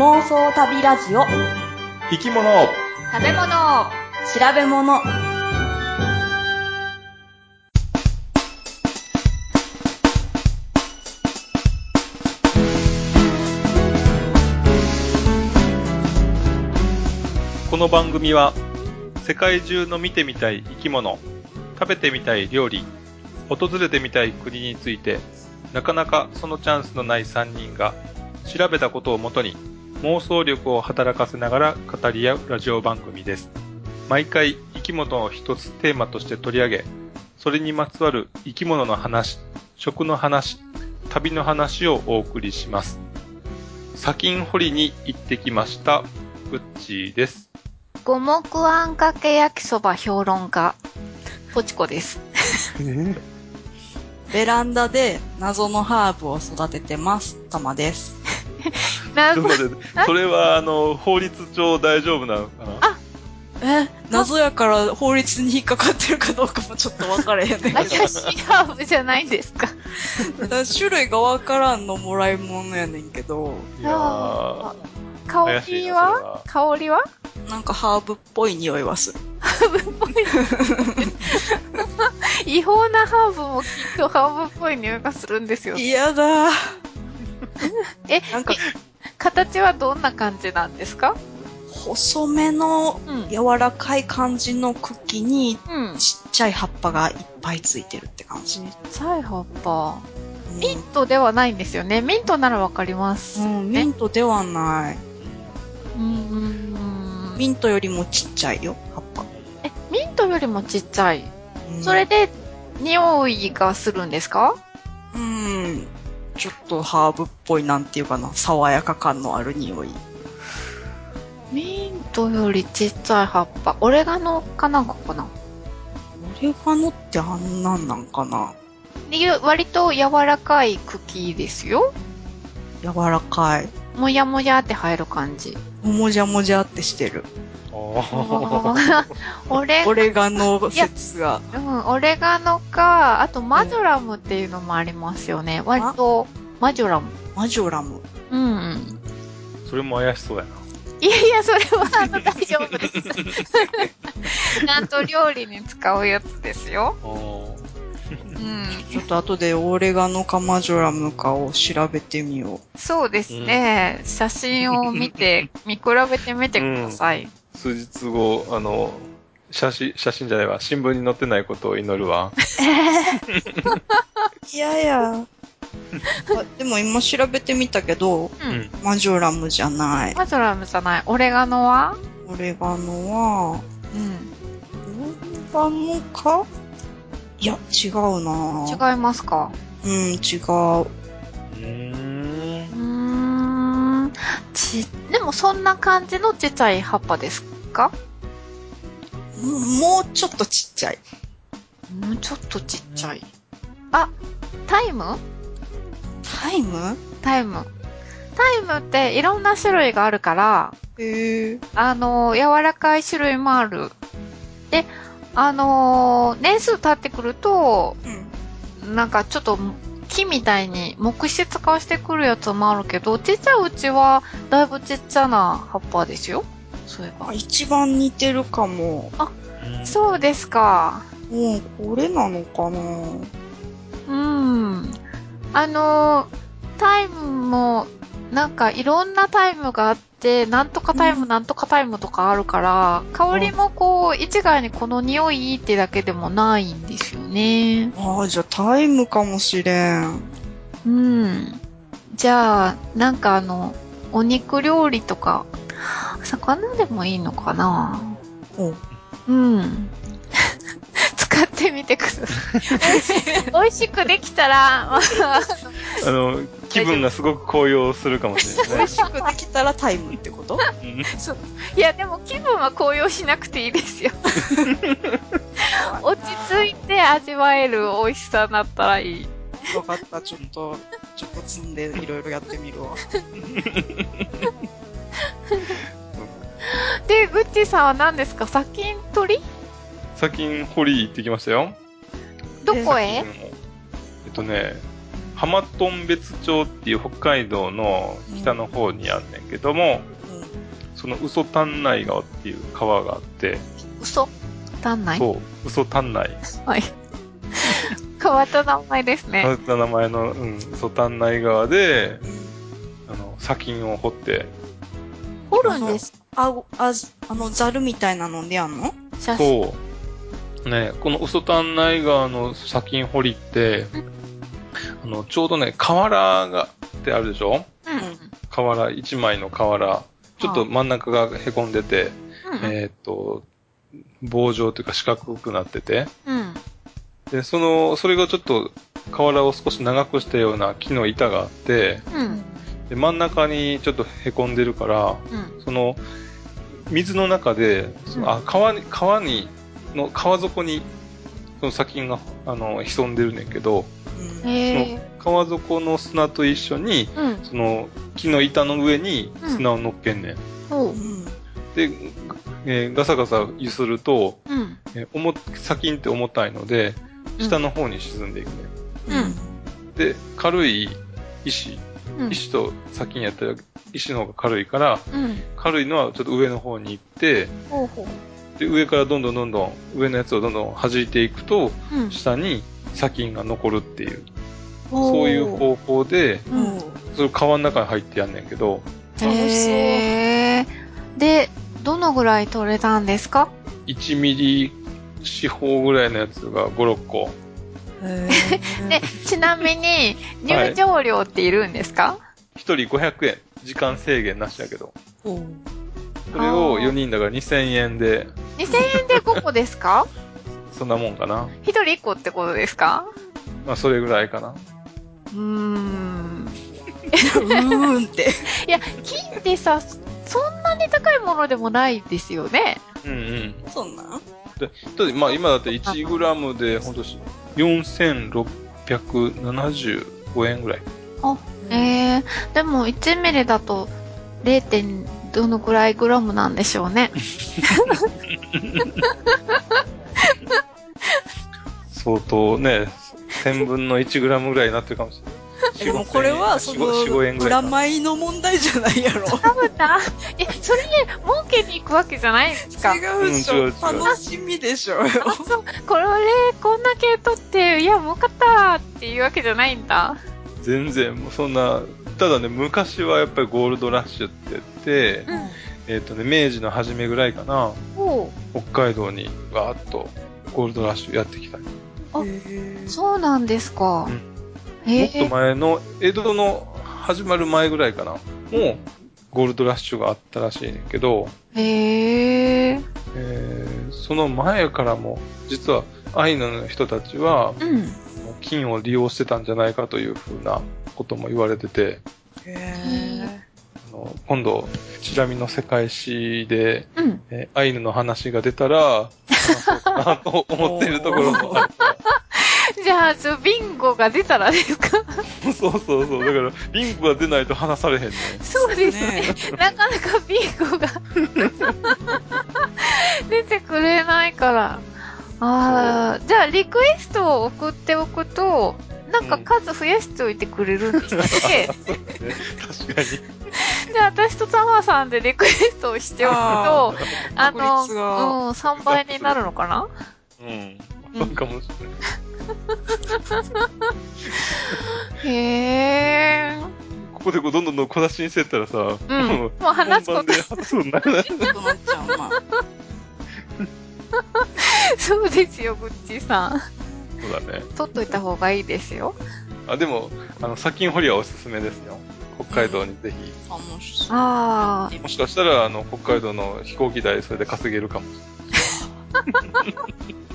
妄想旅ラジオ。 生き物、 食べ物、 調べ物。 この番組は世界中の見てみたい生き物、食べてみたい料理、訪れてみたい国についてなかなかそのチャンスのない3人が調べたことをもとに妄想力を働かせながら語り合うラジオ番組です。毎回生き物を一つテーマとして取り上げ、それにまつわる生き物の話、食の話、旅の話をお送りします。砂金掘りに行ってきました。うっちーです。 五目あんかけ焼きそば評論家、ポチコです。 ベランダで謎のハーブを育ててます。たまです。 ちょっと待って、それは法律上大丈夫なのかな？ 謎やから法律に引っかかってるかどうかもちょっと分からへんねんけど。 怪しいハーブじゃないですか。 種類が分からんのもらい物やねんけど。 いやー、 香怪しいりなそれはは香りはなんかハーブっぽい匂いはする。 ハーブっぽい。違法なハーブもきっとハーブっぽい匂いがするんですよ。 嫌だ。 なんか形はどんな感じなんですか？ 細めの柔らかい感じの茎にちっちゃい葉っぱがいっぱいついてるって感じ。 ちっちゃい葉っぱ。ミントではないんですよね。ミントならわかります。 ミントではない。ミントよりもちっちゃいよ、葉っぱ。 ミントよりもちっちゃい。それで、匂いがするんですか？ ちょっとハーブっぽいなんていうかな、爽やか感のある匂い。 ミントよりちっちゃい葉っぱ。オレガノかなんかかな？ オレガノってあんなんなんかな？ 割と柔らかい茎ですよ。 柔らかい。 もやもやって入る感じ。 もじゃもじゃってしてる。 オレガノ説が。 オレガノか、あとマジョラムっていうのもありますよね。割と、マジョラム。 マジョラム。 それも怪しそうやな。 いやいや、それは大丈夫です。ちゃんと料理に使うやつですよ。 ちょっと後でオレガノかマジョラムかを調べてみよう。 そうですね。写真を見て、見比べてみてください。 数日後、写真じゃないわ。新聞に載ってないことを祈るわ。 いやいや。でも今調べてみたけど、マジョラムじゃない。 マジョラムじゃない。オレガノは？ オレガノは、オレガノか？いや、違うな。 違いますか？ 違う。 でもそんな感じのちっちゃい葉っぱですか？ もうちょっとちっちゃい。 もうちょっとちっちゃい。あ、タイム？タイムっていろんな種類があるから、柔らかい種類もある。で、年数経ってくると、なんかちょっと木みたいに木質化してくるやつもあるけど、ちっちゃいうちはだいぶちっちゃな葉っぱですよ。そういえば。 一番似てるかも。 あ、そうですか。 これなのかな。 タイムも、なんかいろんなタイムがあって、なんとかタイム、なんとかタイムとかあるから、香りもこう、一概にこの匂いってだけでもないんですよね。 じゃあタイムかもしれん。 じゃあ、なんかお肉料理とか、魚でもいいのかな？使ってみてください。美味しくできたら、 気分がすごく高揚するかもしれない。 美味しくできたらタイムってこと？ そう。いや、でも気分は高揚しなくていいですよ。落ち着いて味わえる美味しさになったらいい。 わかった。ちょっと積んでいろいろやってみるわ。 で、グッチさんは何ですか？砂金取り？ 砂金掘り行ってきましたよ。 どこへ？ 浜頓別町っていう北海道の北の方にあんねんけども、その嘘丹内川っていう川があって、 嘘丹内？ そう、嘘丹内。 はい。変わった名前ですね。 変わった名前の、嘘丹内川で、砂金を掘って。 掘るんですザルみたいなのでやんの？ そう。ね、この嘘丹内川の砂金掘りって、ちょうどね、河原がってあるでしょ？河原、一枚の河原。ちょっと真ん中が凹んでて、棒状というか四角くなってて、で、それがちょっと河原を少し長くしたような木の板があって、で真ん中にちょっと凹んでるから、その水の中で、川底にその砂金が潜んでるねんけど、その川底の砂と一緒に、その木の板の上に砂を乗っけんねん。で、ガサガサ揺すると、砂金って重たいので、下の方に沈んでいくね。で、軽い石と砂金やったら石の方が軽いから、軽いのはちょっと上の方に行って、で、上からどんどん上のやつをどんどん弾いていくと、下に砂金が残るっていう、そういう方法で、それ川の中に入ってやんねんけど。 楽しそう。で、どのぐらい取れたんですか ？1ミリ四方ぐらいのやつが5、6個。 で、ちなみに、入場料っているんですか ？1人500円。時間制限なしだけど。それを4人だから2000円で。 2000円で5個ですか？ そんなもんかな。 1人1個ってことですか？ まあ、それぐらいかな。 って。 いや、金ってさ、そんなに高いものでもないですよね。 そんなんで、まあ今だって1グラムで、ほんと4675円ぐらい。 でも1ミリだと 0. どのくらいグラムなんでしょうね。 相当ね、1000分の1グラムぐらいになってるかもしれない。 でもこれは、その、プラマイの問題じゃないやろ。 多分な。それで儲けに行くわけじゃないんですか？ 違うでしょ。楽しみでしょうよ。 そう。これこんだけ取って、いや、儲かったっていうわけじゃないんだ。 全然、もうそんな、ただね、昔はやっぱりゴールドラッシュって言って、明治の初めぐらいかな。北海道にわーっとゴールドラッシュやってきた。 そうなんですか。 もっと前の、江戸の始まる前ぐらいかな。もう、ゴールドラッシュがあったらしいねんけど、その前からも、実は、アイヌの人たちは、金を利用してたんじゃないかというふうなことも言われてて、今度、チラミの世界史で、アイヌの話が出たら、話そうかなと思っているところもある。 じゃあ、ビンゴが出たらですか？ そう。だから、ビンゴが出ないと話されへんね。 そうですね。なかなかビンゴが出てくれないから。じゃあ、リクエストを送っておくと、なんか数増やしておいてくれるんですね。 確かに。 じゃあ、私とタマさんでリクエストをしておくと、3倍になるのかな？ そうかもしれない。ここでどんどん小出しにしてったらさ、もう話すことそうなっちゃうな。 そうですよ、ぐっちーさん。 そうだね。 取っといた方がいいですよ。 でも、砂金掘りはおすすめですよ。北海道にぜひ。 もしかしたら、北海道の飛行機代それで稼げるかもしれない。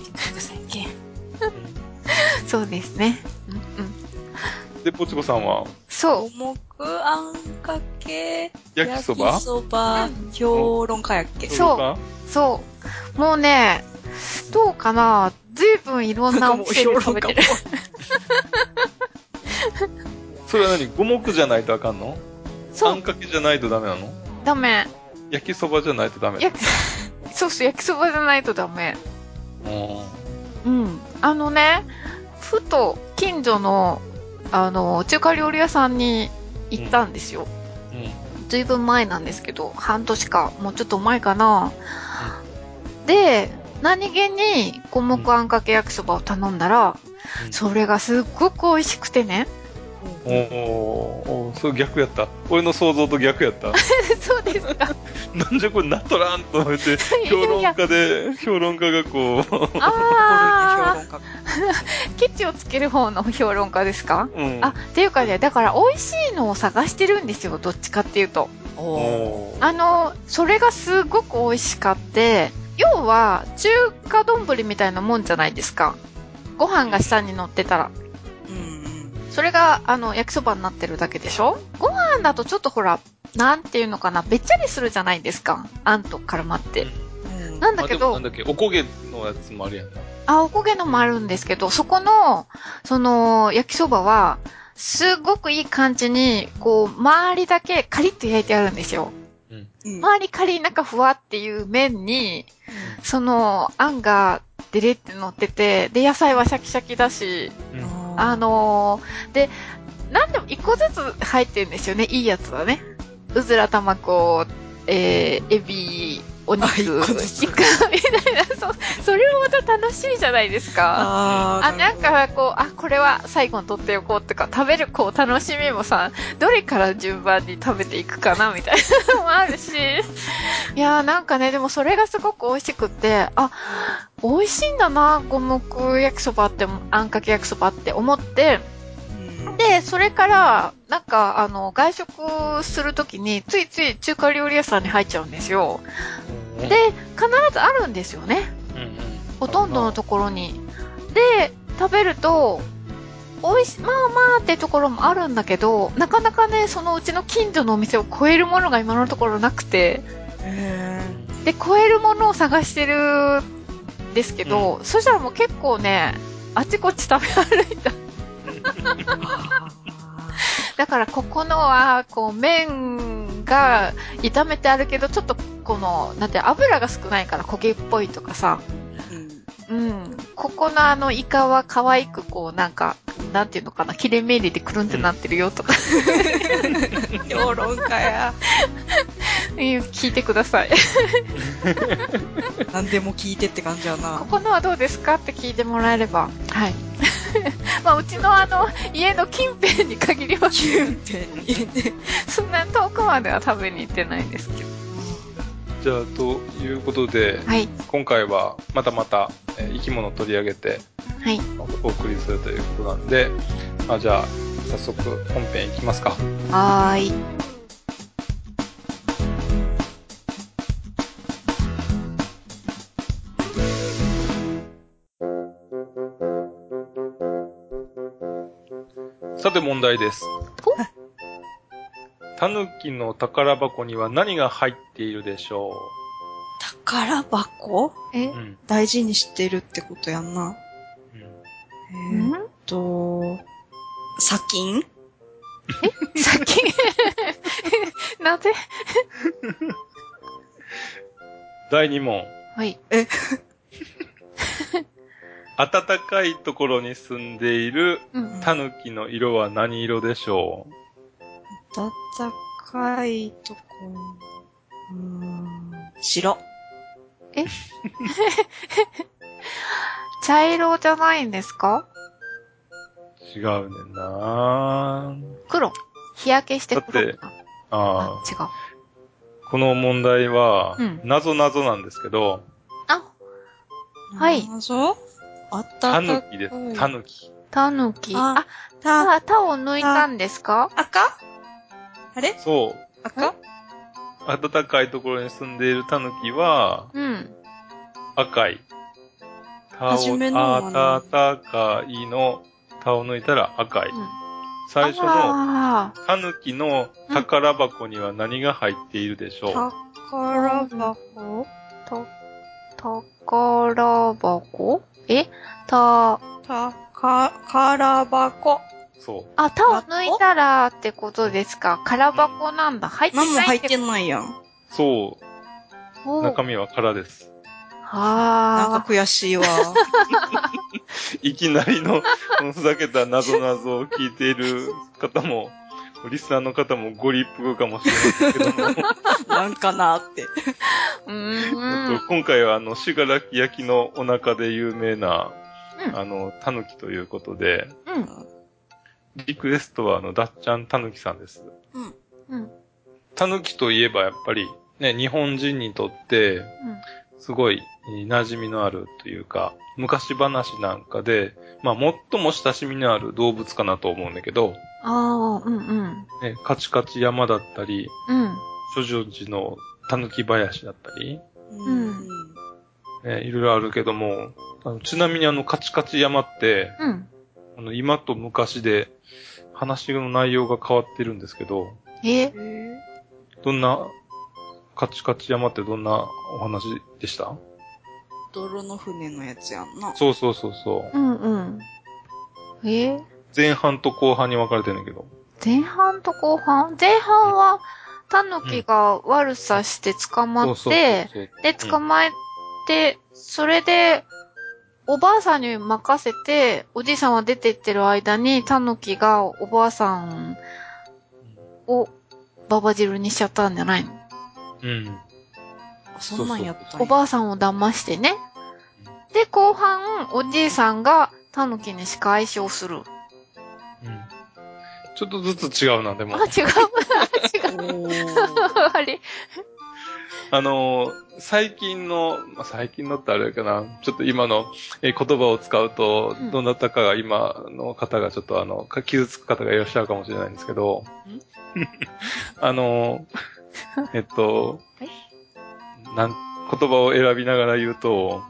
そうですね。 で、ポチコさんはそう。 五目あんかけ、 焼きそば評論家やっけ？ そう。もうね、どうかな？ずいぶんいろんなお店で食べてる。 それは何？五目じゃないとあかんの？あんかけじゃないとダメなの？ ダメ。 焼きそばじゃないとダメ。 そう、焼きそばじゃないとダメ。ふと近所の中華料理屋さんに行ったんですよ。ずいぶん前なんですけど、半年か、もうちょっと前かな。で、何気に五目あんかけ焼きそばを頼んだら、それがすっごく美味しくてね。 それ逆やった。俺の想像と逆やった。 そうですか。 なんじゃこれなっとらんと思って、評論家がこう。 ケチをつける方の評論家ですか？っていうかね、だから美味しいのを探してるんですよ、どっちかっていうと。それがすごく美味しかって、要は中華丼みたいなもんじゃないですか。ご飯が下に乗ってたら。それが、焼きそばになってるだけでしょ？ご飯だとちょっとほら、なんていうのかな、べっちゃりするじゃないですか。あんと絡まって。なんだけど、 なんだっけ、おこげのやつもあるやんな。 おこげのもあるんですけど、そこの、焼きそばは、すごくいい感じに、こう、周りだけカリッと焼いてあるんですよ。周りカリッ、中ふわっていう麺に、あんがデレって乗ってて、で、野菜はシャキシャキだし、で、なんでも一個ずつ入ってるんですよね、いいやつはね。うずら卵、エビ、お肉、イカみたいな、それもまた楽しいじゃないですか。なんかこう、これは最後に取っておこうとか、食べるこう楽しみもさ、どれから順番に食べていくかなみたいなのもあるし、いやーなんかね、でもそれがすごく美味しくって、美味しいんだな、五目焼きそばって、あんかけ焼きそばって思って、で、それから、なんか、外食するときに、ついつい中華料理屋さんに入っちゃうんですよ。で、必ずあるんですよね。ほとんどのところに。で、食べると、まあまあってところもあるんだけど、なかなかね、そのうちの近所のお店を超えるものが今のところなくて、で、超えるものを探してるんですけど、そしたらもう結構ね、あちこち食べ歩いた。だからここのはこう麺が炒めてあるけどちょっとこのなんて油が少ないから焦げっぽいとかさ、ここのイカは可愛くこうなんかなんていうのかな切れ目入れてくるんってなってるよとか、 評論家や聞いてください。 何でも聞いてって感じやな。 ここのはどうですかって聞いてもらえれば、はい。まあ、うちの家の近辺に限ります。 近辺にね。 そんな遠くまでは食べに行ってないんですけど。 じゃあ、ということで、今回はまた生き物を取り上げて、お送りするということなんで、じゃあ、早速本編いきますか。 はーい。 さて問題です。タヌキの宝箱には何が入っているでしょう？ 宝箱？大事にしてるってことやんな。砂金？ 砂金？なぜ？ 第2問。 はい。 暖かいところに住んでいるタヌキの色は何色でしょう？ 暖かいとこ白。 茶色じゃないんですか？ 違うねんな。 黒。日焼けして黒。 だって、違う。この問題は、謎なんですけど。 はい。 謎？ タヌキです。タヌキ。 タヌキ。タを抜いたんですか？ 赤？あれ？ そう。 赤？ 暖かいところに住んでいるタヌキは、赤い。暖かいのタを抜いたら赤い。最初のタヌキの宝箱には何が入っているでしょう？ 宝箱？ 宝箱？ 宝箱。 そう。 タを抜いたらってことですか？空箱なんだ。入ってないって。 何も入ってないやん。 そう。中身は空です。 なんか悔しいわ。 いきなりのふざけた謎を聞いている方も、リスナーの方もご立腹かもしれないけども。 なんかなって。 今回はしがらき焼きのお腹で有名な、たぬきということで、リクエストはだっちゃんたぬきさんです。たぬきといえばやっぱりね、日本人にとって、すごい馴染みのあるというか、昔話なんかで、まあ最も親しみのある動物かなと思うんだけど、ね、カチカチ山だったり、諸女寺のたぬき林だったり、いろいろあるけども、ちなみにカチカチ山って、今と昔で話の内容が変わってるんですけど、どんな、カチカチ山ってどんなお話でした？ 泥の船のやつやんな。 そう。前半と後半に分かれてるんだけど。 前半と後半は、タヌキが悪さして捕まって、で、捕まえて、それで、おばあさんに任せて、おじいさんは出てってる間に、タヌキがおばあさんをババ汁にしちゃったんじゃないの？ そんなんやったんや。 おばあさんを騙してね。で、後半、おじいさんがタヌキに仕返しをする。 ちょっとずつ違うな、でも。 違う。あれ。 最近のってあれかな、ちょっと今の言葉を使うと、どなたかが今の方がちょっと傷つく方がいらっしゃるかもしれないんですけど、言葉を選びながら言うと、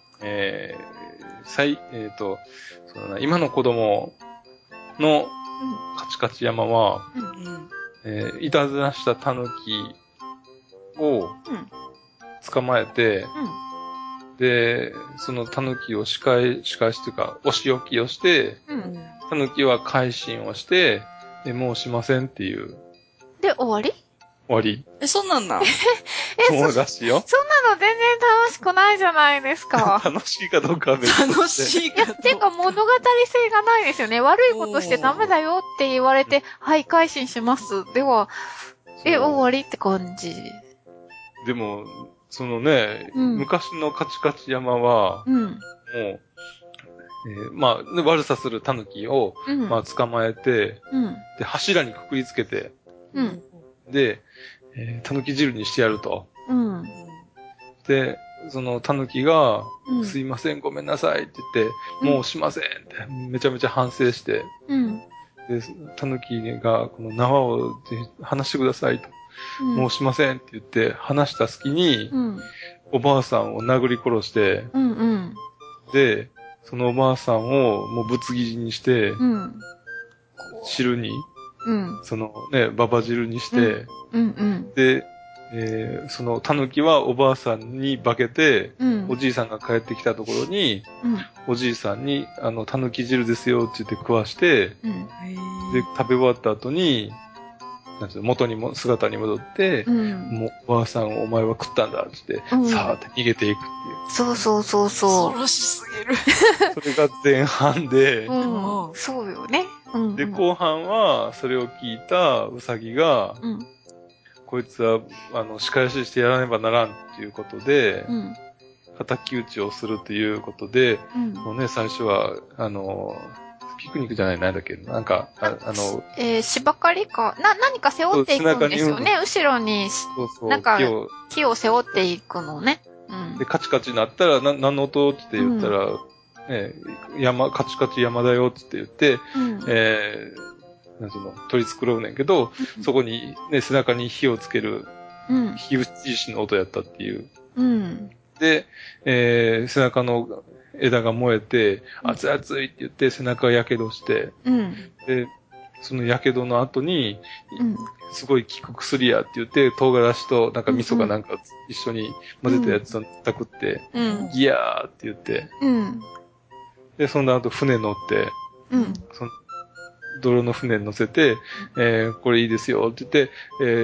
今の子供のカチカチ山は、いたずらしたタヌキを捕まえて、で、そのタヌキを仕返しというか、お仕置きをして、タヌキは改心をして、もうしませんっていう。 で、終わり？ 終わり。 そんなんだ。 そうらしいよ。 そんなの全然楽しくないじゃないですか。 楽しいかどうかは別に。 楽しいかどうか。 ていうか物語性がないですよね。悪いことしてダメだよって言われて、はい、改心します。では、終わりって感じ。 でも、そのね、昔のカチカチ山は、もう、まあ、悪さするタヌキを、まあ、捕まえて、で、柱にくくりつけて、で、タヌキ汁にしてやると。で、そのタヌキが、すいません、ごめんなさいって言って、もうしませんってめちゃめちゃ反省して、で、タヌキがこの縄を離してくださいと、もうしませんって言って離した隙に、おばあさんを殴り殺して、で、そのおばあさんをもうぶつ切りにして、汁に、そのね、ババ汁にして、で、そのタヌキはおばあさんに化けて、おじいさんが帰ってきたところに、おじいさんに、タヌキ汁ですよって言って食わして、で、食べ終わった後に、なんていうの、元にも、姿に戻って、もう、おばあさんをお前は食ったんだって言って、さーって逃げていくっていう。 そう。 恐ろしすぎる。 それが前半で、 そうよね。 で、後半は、それを聞いたウサギが、こいつは、仕返ししてやらねばならんっていうことで、敵討ちをするということで、もうね、最初は、ピクニックじゃない、なんだっけ、なんか、 芝刈りか、何か背負っていくんですよね、後ろに。なんか、木を背負っていくのね。 で、カチカチになったら、何の音って言ったら、カチカチ山だよって言って、なんていうの、取り繕うねんけど、そこにね、背中に火をつける、火打ち石の音やったっていう。で、背中の枝が燃えて、熱い熱いって言って背中が火傷して、で、その火傷の後に、すごい効く薬やって言って、唐辛子となんか味噌かなんか一緒に混ぜたやつをたくって、ギヤーって言って、で、その後船乗って、その泥の船に乗せて、これいいですよって言って、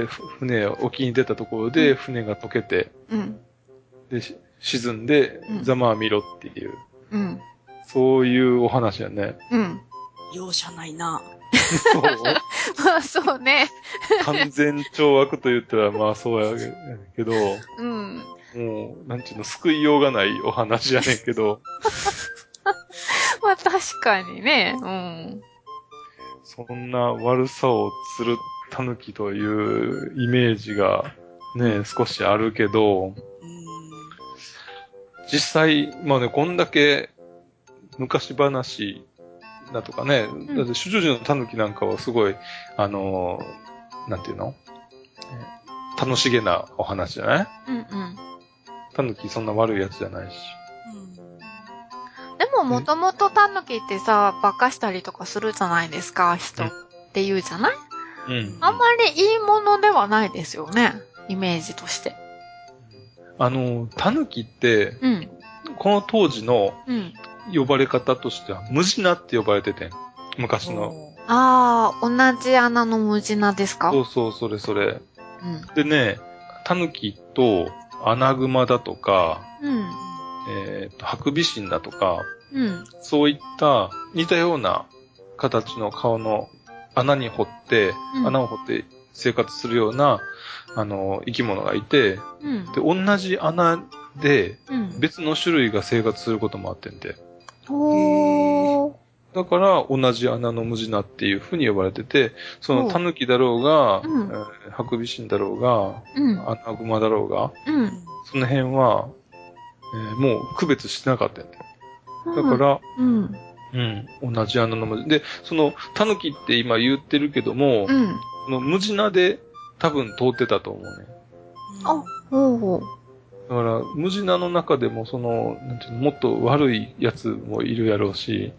船を沖に出たところで船が溶けて、で、沈んで、ざまあみろっていう。 そういうお話やね。 うん。 容赦ないな。 そうまあ、そうね。 完全懲悪と言ったらまあそうやけど、 うん。 もう、なんちゅうの、救いようがないお話やねんけど、 まあ、確かにね。うん。 そんな悪さをする狸というイメージがね、少しあるけど、実際、まあね、こんだけ昔話だとかね、だって主女寺の狸なんかはすごい、なんていうの楽しげなお話じゃない？ うんうん。 狸そんな悪いやつじゃないし。 でももともとタヌキってさ、化かしたりとかするじゃないですか、人って言うじゃない？ うん。 あんまりいいものではないですよね、イメージとして。 狸って、 うん。 この当時のうん。 呼ばれ方としては、ムジナって呼ばれててん。昔の。 ああ、同じ穴のムジナですか？ そうそう、それそれ。 うん。 でね、狸とアナグマだとか、 うん。 ハクビシンだとか、 うん。 そういった似たような形の顔の穴を掘って生活するような、生き物がいて、 うん。 で、同じ穴でうん。 別の種類が生活することもあってんて。 おー。 だから、同じ穴のムジナっていう風に呼ばれてて、そのタヌキだろうが、ハクビシンだろうが、アナグマだろうが、その辺は、もう区別してなかったんだよ。だから、同じ穴のムジナ。で、そのタヌキって今言ってるけども、そのムジナで多分通ってたと思うね。 あ、ほう。 だから、ムジナの中でも、なんていうの、もっと悪いやつもいるやろうし、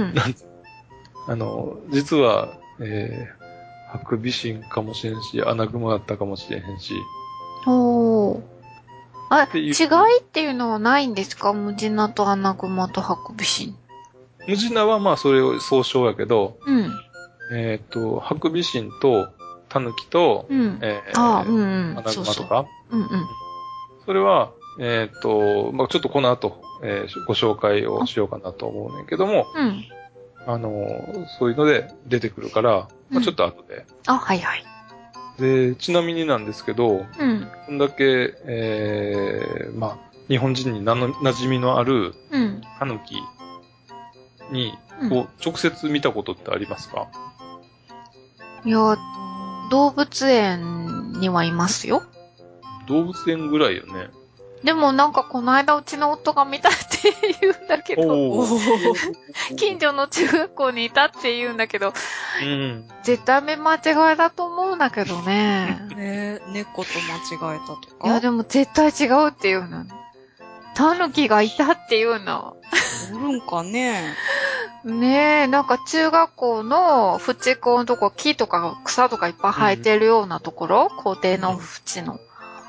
実は、ハクビシンかもしれんし、アナグマだったかもしれへんし。 ほう。違いっていうのはないんですか？ムジナとアナグマとハクビシン。 ムジナはまあそれを総称やけど、ハクビシンとタヌキと、アナグマとか。それは、まあちょっとこの後、ご紹介をしようかなと思うねんけども、そういうので出てくるから、まあ、ちょっと後で。 はいはい。 で、ちなみになんですけど、こんだけ、まあ、日本人に馴染みのある、タヌキに、直接見たことってありますか？ いや、動物園にはいますよ。 動物園ぐらいよね。 でもなんかこの間うちの夫が見たって言うんだけど、近所の中学校にいたって言うんだけど、絶対目間違いだと思うんだけどね。 猫と間違えたとか？ いやでも絶対違うって言うの。タヌキがいたって言うの。 おるんかね。 ねえ、なんか中学校の縁校のとこ木とか草とかいっぱい生えてるようなところ、校庭の縁の。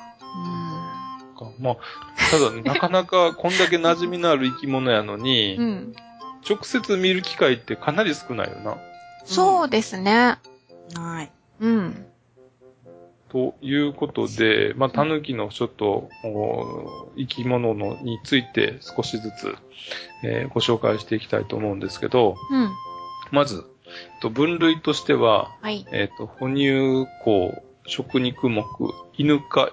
まあ、ただ、なかなかこんだけ馴染みのある生き物やのに、直接見る機会ってかなり少ないよな。 そうですね。 ない。 ということで、まあ、タヌキのちょっと、生き物について少しずつ、ご紹介していきたいと思うんですけど、まず、分類としては、哺乳綱、食肉目、犬科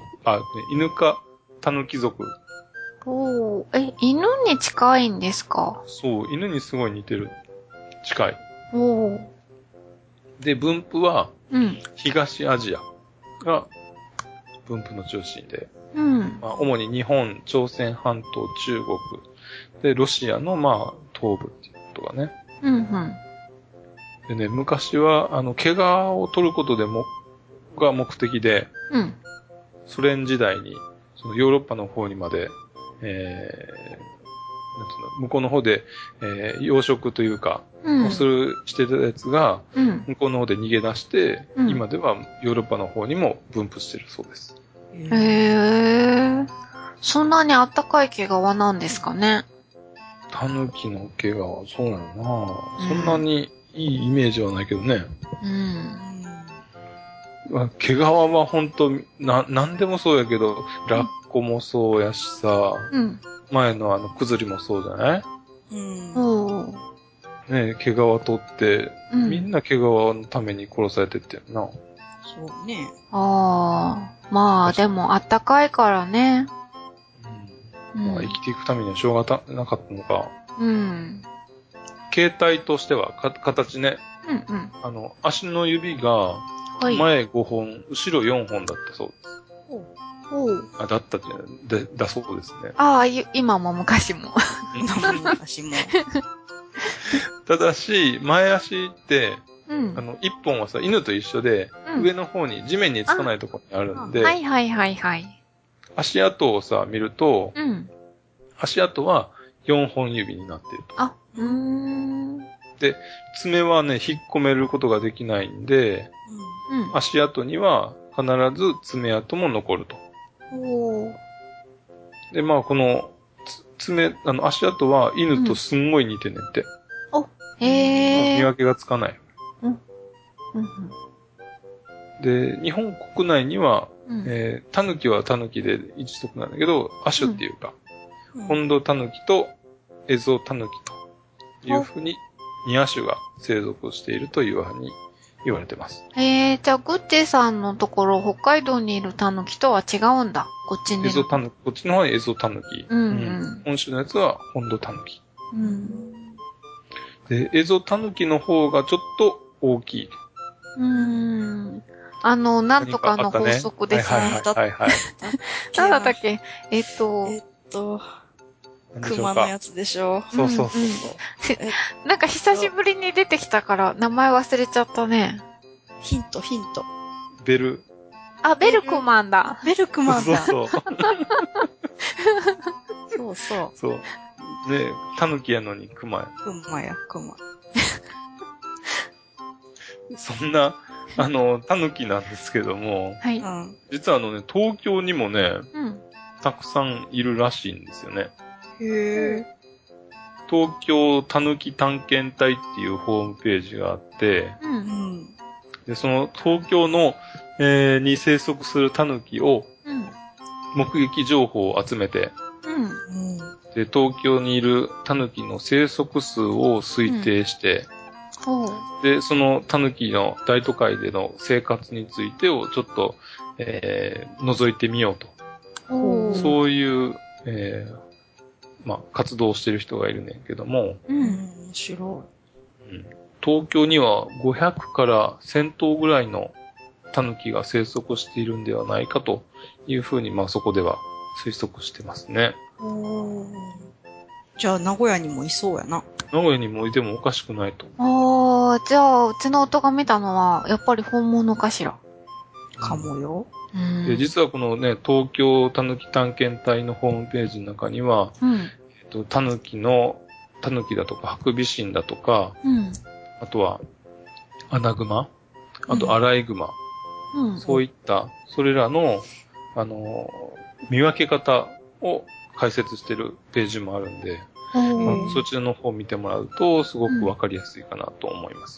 タヌキ属。 犬に近いんですか？ そう、犬にすごい似てる。近い。 おー。 で、分布は、東アジアが分布の中心で、まあ、主に日本、朝鮮半島、中国、で、ロシアの、まあ、東部っていうことがね。でね、昔は、毛皮を取ることでが目的で、ソ連時代に、そのヨーロッパの方にまで、なんていうの、向こうの方で、養殖というか、してたやつが、向こうの方で逃げ出して、今ではヨーロッパの方にも分布してるそうです。 そんなにあったかい毛皮なんですかね。 タヌキの毛皮、そうなのな、そんなにいいイメージはないけどね。毛皮は本当なんでもそうやけど、ラッコもそうやしさ、前のクズリもそうじゃない？ うん。 ね、毛皮取って、みんな毛皮のために殺されてってんな。 そうね。 ああ。まあ、でも、あったかいからね。 まあ、生きていくためにはしょうがなかったのか。 うん。 形態としては、形ね。足の指が、前5本、後ろ4本だったそうです。あ、だっただそうですね。 ああ、今も昔も。 今も昔も。 ただし、前足って、一本はさ、犬と一緒で、上の方に、地面につかないところにあるんで、 はいはいはいはい。 足跡をさ、見ると、足跡は4本指になっていると。で、爪はね、引っ込めることができないんで、足跡には必ず爪跡も残ると。で、まあ、この、足跡は犬とすんごい似てんねんって。見分けがつかない。で、日本国内には、タヌキはタヌキで一族なんだけど、亜種っていうか、ホンドタヌキとエゾタヌキというふうに2亜種が生息しているというふうに言われてます。 じゃあ、グッチさんのところ、北海道にいるタヌキとは違うんだ。こっちにいる。 こっちの方はエゾタヌキ。本州のやつはホンドタヌキ。で、エゾタヌキの方がちょっと大きい。 なんとかの法則ですね。 はい。 なんだったっけ熊のやつでしょ。 そう。 なんか久しぶりに出てきたから名前忘れちゃったね。 ヒント。 ベルクマンだ。 ベルクマンだ。 そう。 そう。 ねえ、タヌキやのにクマや。 クマ。 そんな、タヌキなんですけども、 はい。 実は東京にもね、たくさんいるらしいんですよね。東京たぬき探検隊っていうホームページがあって、で、その東京の、に生息するタヌキを、目撃情報を集めて、で、東京にいるタヌキの生息数を推定して、で、そのタヌキの大都会での生活についてをちょっと、覗いてみようと。そういう、まあ、活動をしてる人がいるねんけども。 面白い。 東京には500から1000頭ぐらいのタヌキが生息しているんではないかというふうに、まあそこでは推測してますね。 じゃあ名古屋にもいそうやな。 名古屋にもいてもおかしくないと。 じゃあうちの夫が見たのはやっぱり本物かしら。 かもよ。 で、実はこのね、東京たぬき探検隊のホームページの中には、たぬきだとか、ハクビシンだとか、あとは、アナグマ、あとアライグマ、そういった、それらの、見分け方を解説してるページもあるんで、そちらの方を見てもらうと、すごくわかりやすいかなと思います。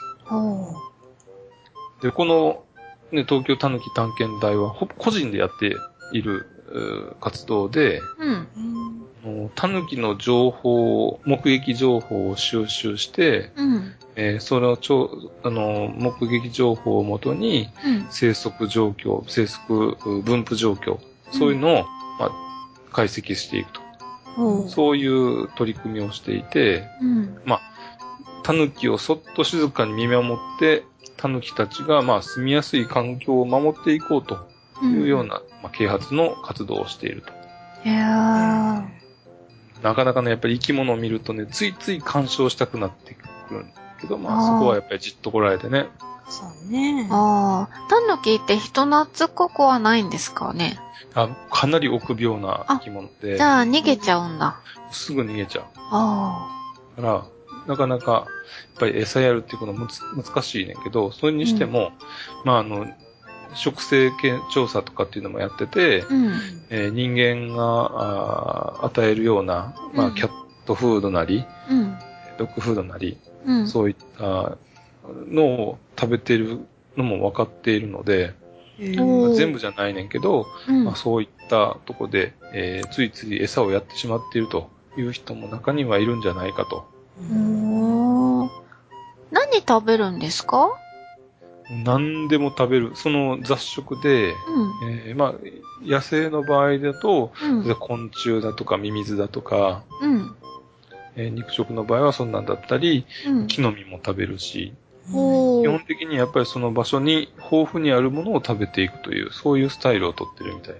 で、この、ね、東京たぬき探検隊は個人でやっている活動で、たぬきの目撃情報を収集して、それを目撃情報をもとに、生息分布状況、そういうのを、まあ、解析していくと。そういう取り組みをしていて、まあ、たぬきをそっと静かに見守って、タヌキたちが、まあ、住みやすい環境を守っていこうというような、まあ、啓発の活動をしていると。なかなかね、やっぱり生き物を見るとね、ついつい干渉したくなってくるんだけど、まあ、そこはやっぱりじっとこらえてね。 そうね。 タヌキって人懐っこくはないんですかね？ かなり臆病な生き物で。 じゃあ、逃げちゃうんだ。 すぐ逃げちゃう。だから、なかなか、やっぱり餌やるっていうことは難しいねんけど、それにしても、まあ、食生調査とかっていうのもやってて、人間が与えるような、まあ、キャットフードなり、ドッグフードなり、そういったのを食べてるのも分かっているので、全部じゃないねんけど、まあ、そういったとこで、ついつい餌をやってしまっているという人も中にはいるんじゃないかと。 何食べるんですか？ 何でも食べる。その雑食で、まあ、野生の場合だと、昆虫だとかミミズだとか、肉食の場合はそんなんだったり、木の実も食べるし、基本的にやっぱりその場所に豊富にあるものを食べていくという、そういうスタイルをとってるみたい。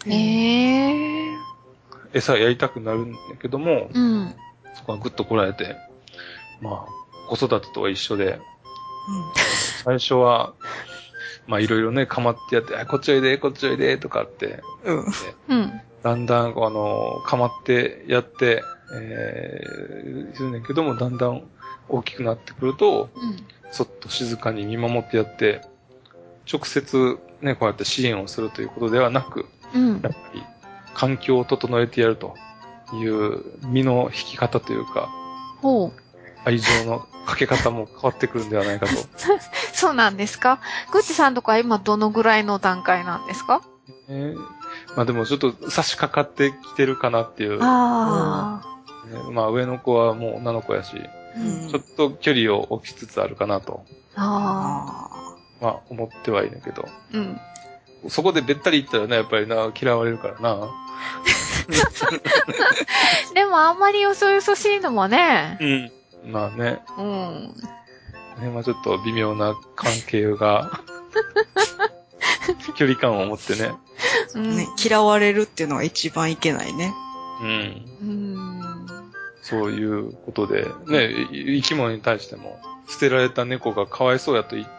餌やりたくなるんだけども、そこはぐっとこらえて、まあ、子育てとは一緒で、最初は、まあいろいろね、構ってやって、こっちおいで、こっちおいで、とかって、だんだん、構ってやって、するんだけども、だんだん大きくなってくると、そっと静かに見守ってやって、直接ね、こうやって支援をするということではなく、やっぱり環境を整えてやるという身の引き方というか、愛情のかけ方も変わってくるんではないかと。 そうなんですか？グッチさんとか今どのぐらいの段階なんですか？ まあでもちょっと差し掛かってきてるかなっていう。まあ上の子はもう女の子やし、ちょっと距離を置きつつあるかなと。まあ思ってはいるけど。そこでべったり言ったらね、やっぱりな、嫌われるからな。 でもあんまりよそよそしいのもね。 まあね。まあちょっと微妙な関係が、距離感を持ってね。 嫌われるっていうのが一番いけないね。 そういうことで、ね、生き物に対しても、捨てられた猫がかわいそうやと言って、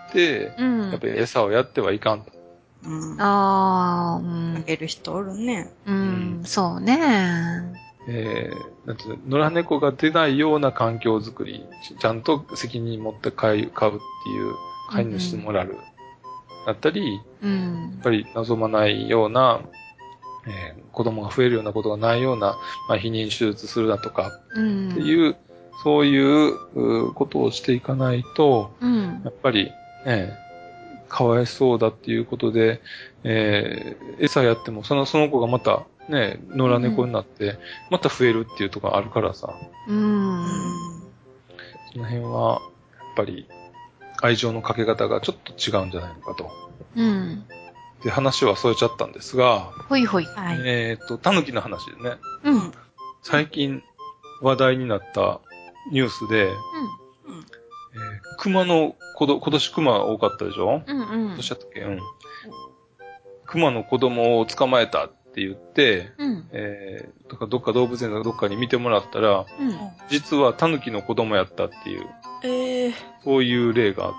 やっぱり餌をやってはいかんと。 あげる人おるね。 そうね。 なんていうの、野良猫が出ないような環境づくり、ちゃんと責任持って飼うっていう飼い主してもらう。だったり、やっぱり望まないような、子供が増えるようなことがないような、まあ、避妊手術するだとか、っていう、そういうことをしていかないと、やっぱり、かわいそうだっていうことで、餌やっても、その子がまた、ね、野良猫になって、また増えるっていうところあるからさ。その辺は、やっぱり、愛情のかけ方がちょっと違うんじゃないのかと。で、話は添えちゃったんですが、タヌキの話でね。最近話題になったニュースで、熊の今年熊多かったでしょ？どうしたっけ？熊の子供を捕まえたって言って、どっか動物園のどっかに見てもらったら、実はタヌキの子供やったっていう、そういう例があって、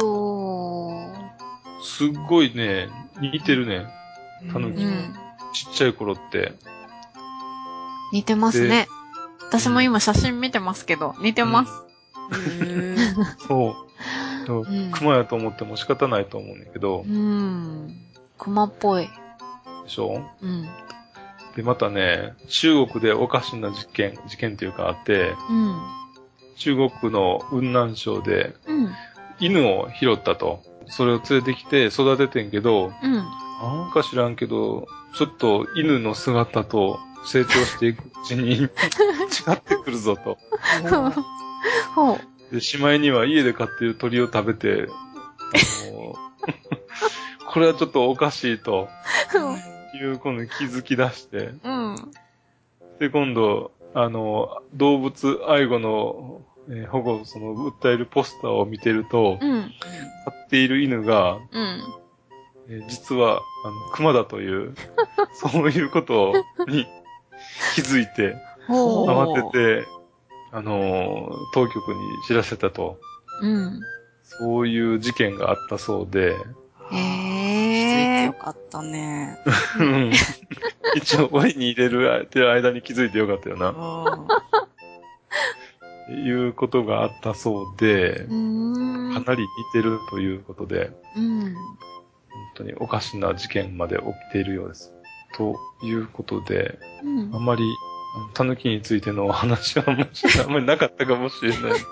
すっごいね、似てるね、タヌキ。ちっちゃい頃って。 似てますね。私も今写真見てますけど、似てます。 そう。熊やと思っても仕方ないと思うんだけど。 熊っぽい。 でしょ？で、またね、中国でおかしな事件っていうかあって、中国の雲南省で、犬を拾ったと。それを連れてきて育ててんけど、なんか知らんけど、ちょっと犬の姿と成長していくうちに違ってくるぞと。で、しまいには家で飼っている鳥を食べて、これはちょっとおかしいと、いう今度気づき出して、で、今度、動物愛護の、保護を訴えるポスターを見てると、飼っている犬が、実は、熊だという、そういうことに気づいて、慌てて、当局に知らせたと。そういう事件があったそうで。 気づいてよかったね。 一応、檻に入れる間に気づいてよかったよな。いうことがあったそうで、かなり似てるということで、本当におかしな事件まで起きているようです。ということで、あんまり、タヌキについての話はあんまりなかったかもしれないんです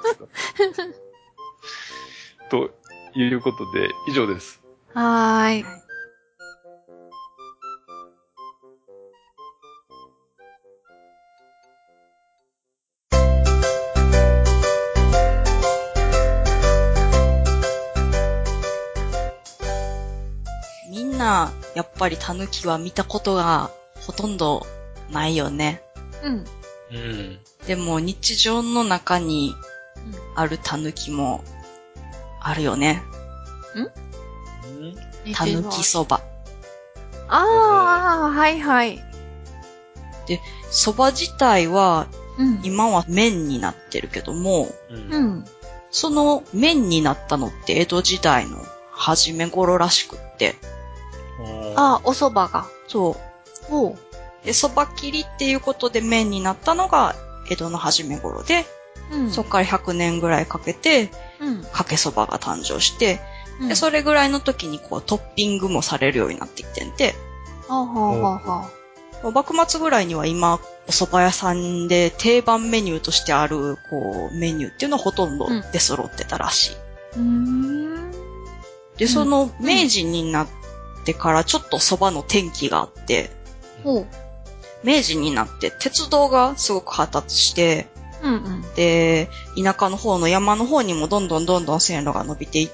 けど。ということで、以上です。 はーい。 やっぱりタヌキは見たことがほとんどないよね。 うん。 うん。 でも日常の中にあるタヌキもあるよね。タヌキそば。 ああ、はいはい。 で、そば自体は、今は麺になってるけども、その麺になったのって江戸時代の初め頃らしくって。 ああ、お蕎麦が。 そう。で、蕎麦切りっていうことで麺になったのが江戸の初め頃で、そっから100年ぐらいかけて、かけ蕎麦が誕生して、で、それぐらいの時にこうトッピングもされるようになってきてんで、幕末ぐらいには今、お蕎麦屋さんで定番メニューとしてある、こう、メニューっていうのはほとんど出揃ってたらしい。で、その明治になってからちょっと蕎麦の転機があって、明治になって鉄道がすごく発達して、で、田舎の方の山の方にもどんどん線路が伸びていって、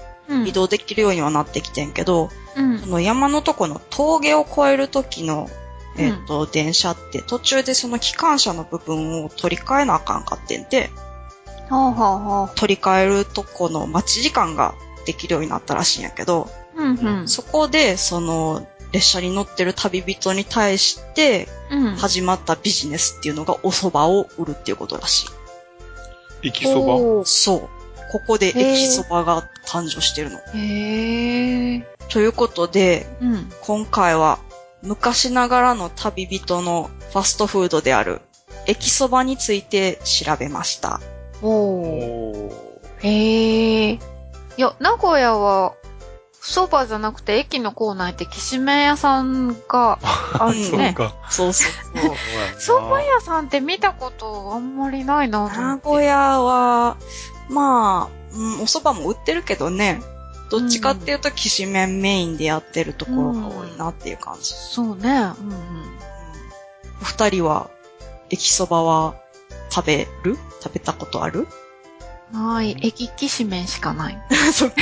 移動できるようにはなってきてんけど、その山のとこの峠を越える時の、電車って途中でその機関車の部分を取り替えなあかんかってんで、取り替えるとこの待ち時間ができるようになったらしいんやけど、そこでその列車に乗ってる旅人に対して始まったビジネスっていうのがお蕎麦を売るっていうことらしい。 駅そば？ そう。ここで駅そばが誕生してるの。ということで、今回は昔ながらの旅人のファストフードである駅そばについて調べました。 いや、名古屋はそばじゃなくて駅の構内ってきしめん屋さんがあるね。 そう。 そば屋さんって見たことあんまりないなと思って。 名古屋は、まあ、お蕎麦も売ってるけどね。どっちかっていうときしめんメインでやってるところが多いなっていう感じ。 そうね。 お二人は、駅そばは食べたことある？ ない。駅きしめんしかない。 そっか。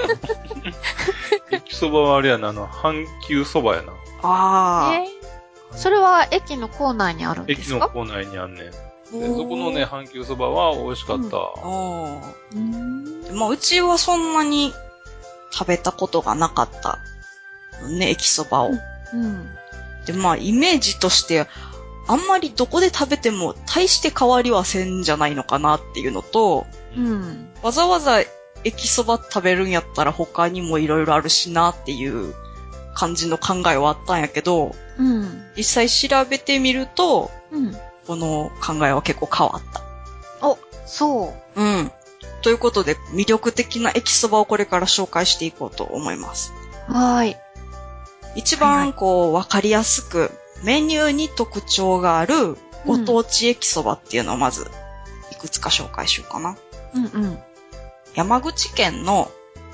駅そばはあれやな、阪急そばやな。 それは駅の構内にあるんですか？ 駅の構内にあんねん。でそこのね、阪急そばは美味しかった。 まあ、うちはそんなに食べたことがなかったね、駅そばを。で、まあ、イメージとして、あんまりどこで食べても大して変わりはせんじゃないのかなっていうのと、わざわざ駅そば食べるんやったら他にもいろいろあるしなっていう感じの考えはあったんやけど、実際調べてみると、この考えは結構変わった。 そう。 ということで、魅力的な駅そばをこれから紹介していこうと思います。一番わかりやすく、メニューに特徴があるご当地駅そばっていうのをまず、いくつか紹介しようかな。山口県の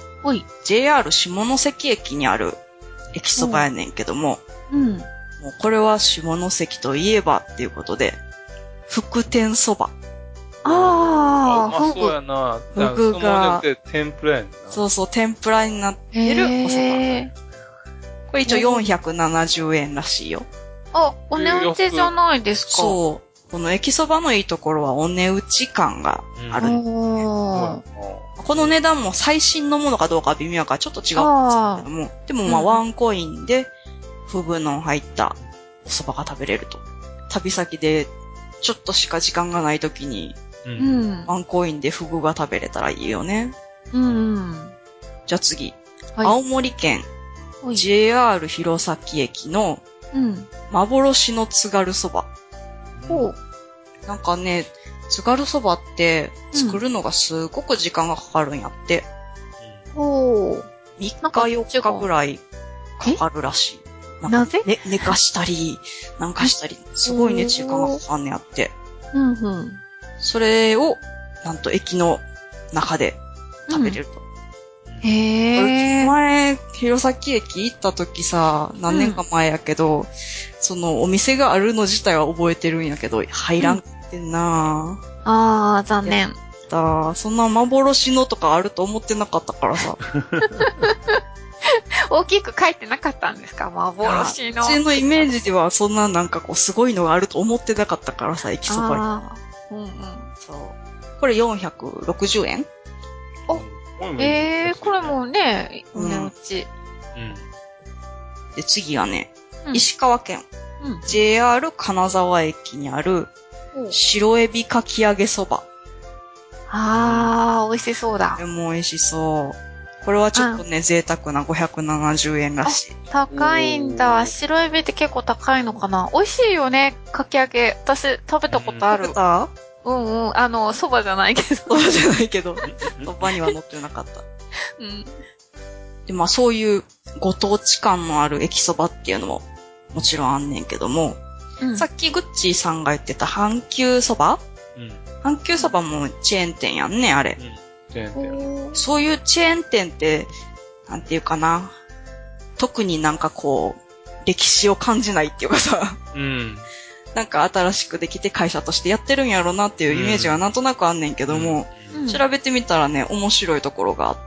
JR 下関駅にある駅そばやねんけども、もうこれは下関といえばっていうことで、福天そば。 うまそうやな。 福が。 天ぷらやんな。 そう、天ぷらになってるお蕎麦。これ一応470円らしいよ。 お値打ちじゃないですか。 そう。この駅そばのいいところはお値打ち感がある。この値段も最新のものかどうかは微妙かちょっと違うんですけども、でもまあワンコインでフグの入ったお蕎麦が食べれると。旅先でちょっとしか時間がないときに、ワンコインでフグが食べれたらいいよね。じゃあ次。青森県 JR 弘前駅の幻の津軽そば。なんかね、津軽そばって作るのがすごく時間がかかるんやって。3日4日ぐらいかかるらしい。 なぜ？ 寝かしたり、なんかしたり、すごいね、時間がかかんねやって。それを、なんと駅の中で食べれると。前、弘前駅行った時さ、何年か前やけど、そのお店があるの自体は覚えてるんやけど、入らんってんな残念。 そんな幻のとかあると思ってなかったからさ。 大きく書いてなかったんですか？幻の。 うちのイメージではそんななんかこうすごいのがあると思ってなかったからさ、駅そばに。そう。これ460円？ これもね、値打ち。 で、次はね、石川県、JR 金沢駅にある白エビかき揚げそば。 美味しそうだ。 これも美味しそう。これはちょっとね、贅沢な570円らしい。 高いんだ。白エビって結構高いのかな。美味しいよね、かき揚げ。私、食べたことある。 食べた？ そばじゃないけど。 そばじゃないけど、そばには乗ってなかった。で、まあそういうご当地感のある駅そばっていうのももちろんあんねんけども、さっきグッチーさんが言ってた阪急そば？阪急そばもチェーン店やんね、あれ。 チェーン店。 そういうチェーン店って、なんていうかな。特になんかこう、歴史を感じないっていうかさ。なんか新しくできて会社としてやってるんやろなっていうイメージがなんとなくあんねんけども、調べてみたらね、面白いところがあって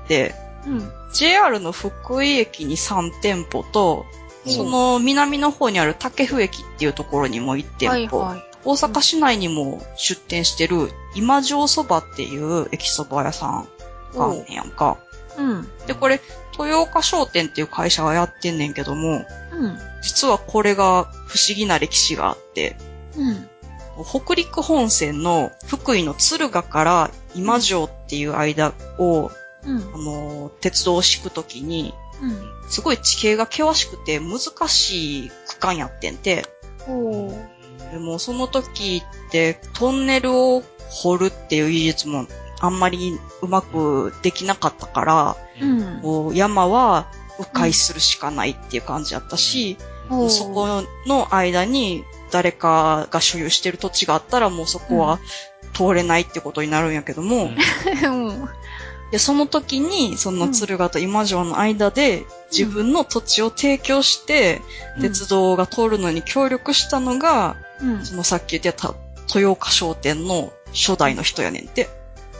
、JR の福井駅に3店舗と、その南の方にある武生駅っていうところにも1店舗、大阪市内にも出店してる今城そばっていう駅そば屋さんがあんねんやんか。で、これ、豊岡商店っていう会社がやってんねんけども、実はこれが不思議な歴史があって、北陸本線の福井の敦賀から今城っていう間を、鉄道を敷くときに、すごい地形が険しくて難しい区間やってんて、でもその時ってトンネルを掘るっていう技術もあんまりうまくできなかったから、山は迂回するしかないっていう感じだったし、そこの間に誰かが所有してる土地があったらもうそこは通れないってことになるんやけども、でその時にその敦賀と今城の間で自分の土地を提供して鉄道が通るのに協力したのが、そのさっき言ってた豊岡商店の初代の人やねんて。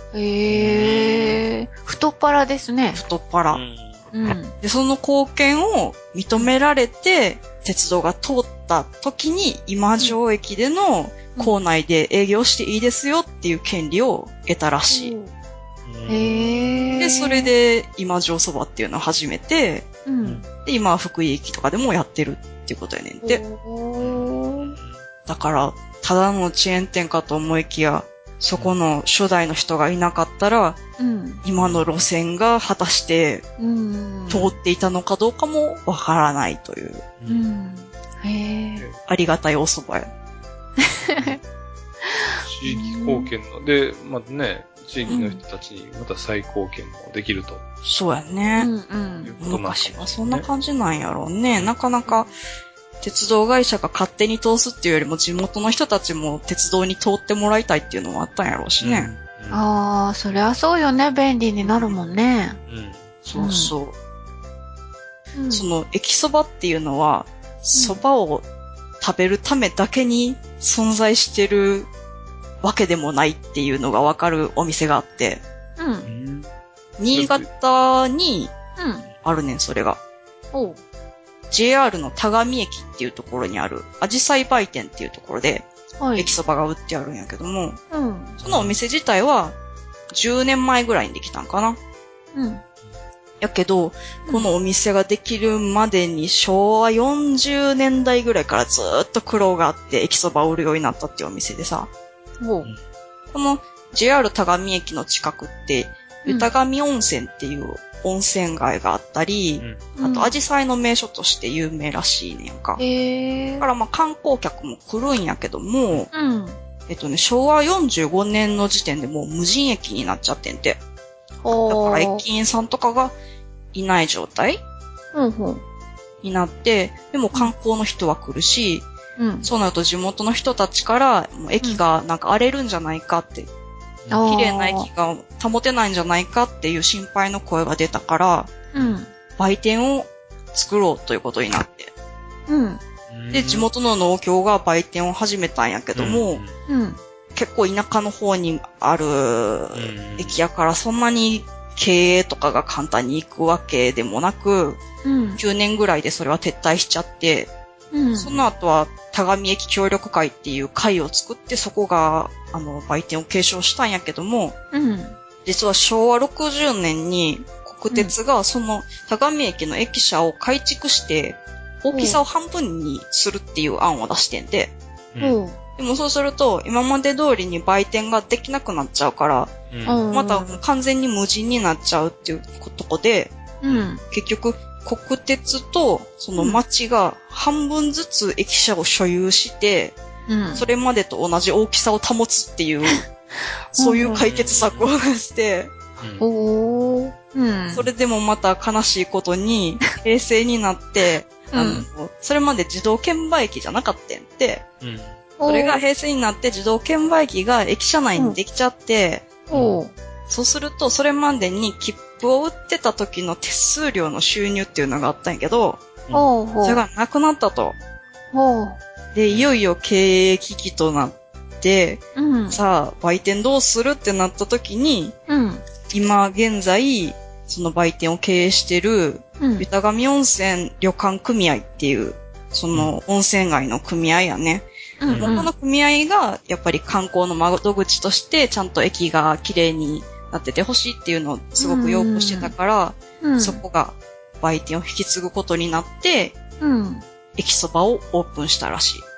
太っ腹ですね。 太っ腹。で、その貢献を認められて、鉄道が通った時に今城駅での構内で営業していいですよっていう権利を得たらしい。で、それで今城そばっていうのを始めて、で、今は福井駅とかでもやってるっていうことやねんて。だから、ただのチェーン店かと思いきや、そこの初代の人がいなかったら、今の路線が果たして通っていたのかどうかもわからないという、ありがたいお蕎麦や。 地域貢献の、で、またね、地域の人たちにまた再貢献もできると。 そうやね。昔はそんな感じなんやろうね。なかなか、鉄道会社が勝手に通すっていうよりも地元の人たちも鉄道に通ってもらいたいっていうのもあったんやろうしね。 そりゃそうよね。便利になるもんね。 そうそう。その駅そばっていうのは、そばを食べるためだけに存在してるわけでもないっていうのがわかるお店があって、新潟にあるねん、それが。JR の田上駅っていうところにある、あじさい売店っていうところで、駅そばが売ってあるんやけども、そのお店自体は10年前ぐらいにできたんかな。やけど、このお店ができるまでに昭和40年代ぐらいからずーっと苦労があって駅そばを売るようになったっていうお店でさ、この JR 田上駅の近くって、湯田上温泉っていう温泉街があったり、あと、アジサイの名所として有名らしいねんか。だからまあ観光客も来るんやけども、昭和45年の時点でもう無人駅になっちゃってんて。だから駅員さんとかがいない状態になって、でも観光の人は来るし、そうなると地元の人たちから、もう駅がなんか荒れるんじゃないかって、綺麗な駅が保てないんじゃないかっていう心配の声が出たから、売店を作ろうということになって。で、地元の農協が売店を始めたんやけども、結構田舎の方にある駅やからそんなに経営とかが簡単に行くわけでもなく、9年ぐらいでそれは撤退しちゃって、その後は田上駅協力会っていう会を作って、そこが、売店を継承したんやけども、実は昭和60年に国鉄がその田上駅の駅舎を改築して、大きさを半分にするっていう案を出してんで、でもそうすると、今まで通りに売店ができなくなっちゃうから、また完全に無人になっちゃうっていうとこで、結局、国鉄とその町が半分ずつ駅舎を所有して、それまでと同じ大きさを保つっていう、そういう解決策を出して、それでもまた悲しいことに、平成になって、それまで自動券売機じゃなかったんで、それが平成になって自動券売機が駅舎内にできちゃって、そうするとそれまでに切符を売ってた時の手数料の収入っていうのがあったんやけど、それがなくなったと。で、いよいよ経営危機となって、さあ、売店どうするってなった時に、今現在、その売店を経営してる、湯田上温泉旅館組合っていう、その温泉街の組合やね。この組合が、やっぱり観光の窓口として、ちゃんと駅が綺麗になっててほしいっていうのをすごく要望してたから、そこが売店を引き継ぐことになって、駅そばをオープンしたらしい。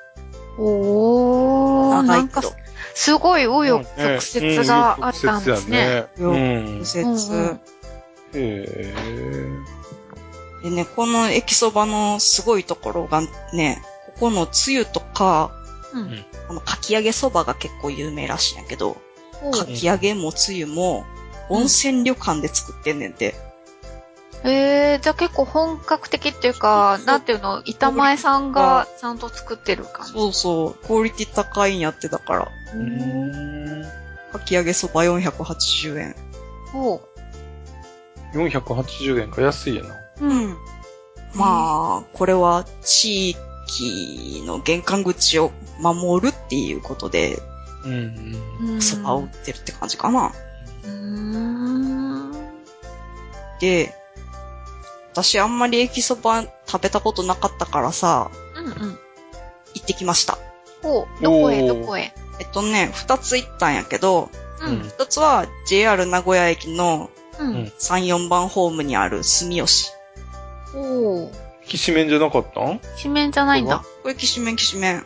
なんか、すごい紆余曲折があったんですね。 紆余曲折。でね、この駅そばのすごいところがね、ここのつゆとか、かき揚げそばが結構有名らしいんやけど、かき揚げもつゆも温泉旅館で作ってんねんて。 じゃあ結構本格的っていうか、なんていうの、板前さんがちゃんと作ってる感じ。 そうそう、クオリティ高いんやってだから。かき揚げそば480円。 480円か安いやな。 まあ、これは地域の玄関口を守るっていうことで、そばを売ってるって感じかな。で、私あんまり駅そば食べたことなかったからさ、行ってきました。 どこへ 2つ行ったんやけど、1つは JR 名古屋駅の3、4番ホームにある住吉。 きしめんじゃなかったん？ きしめんじゃないんだ。 これきしめん。きしめん。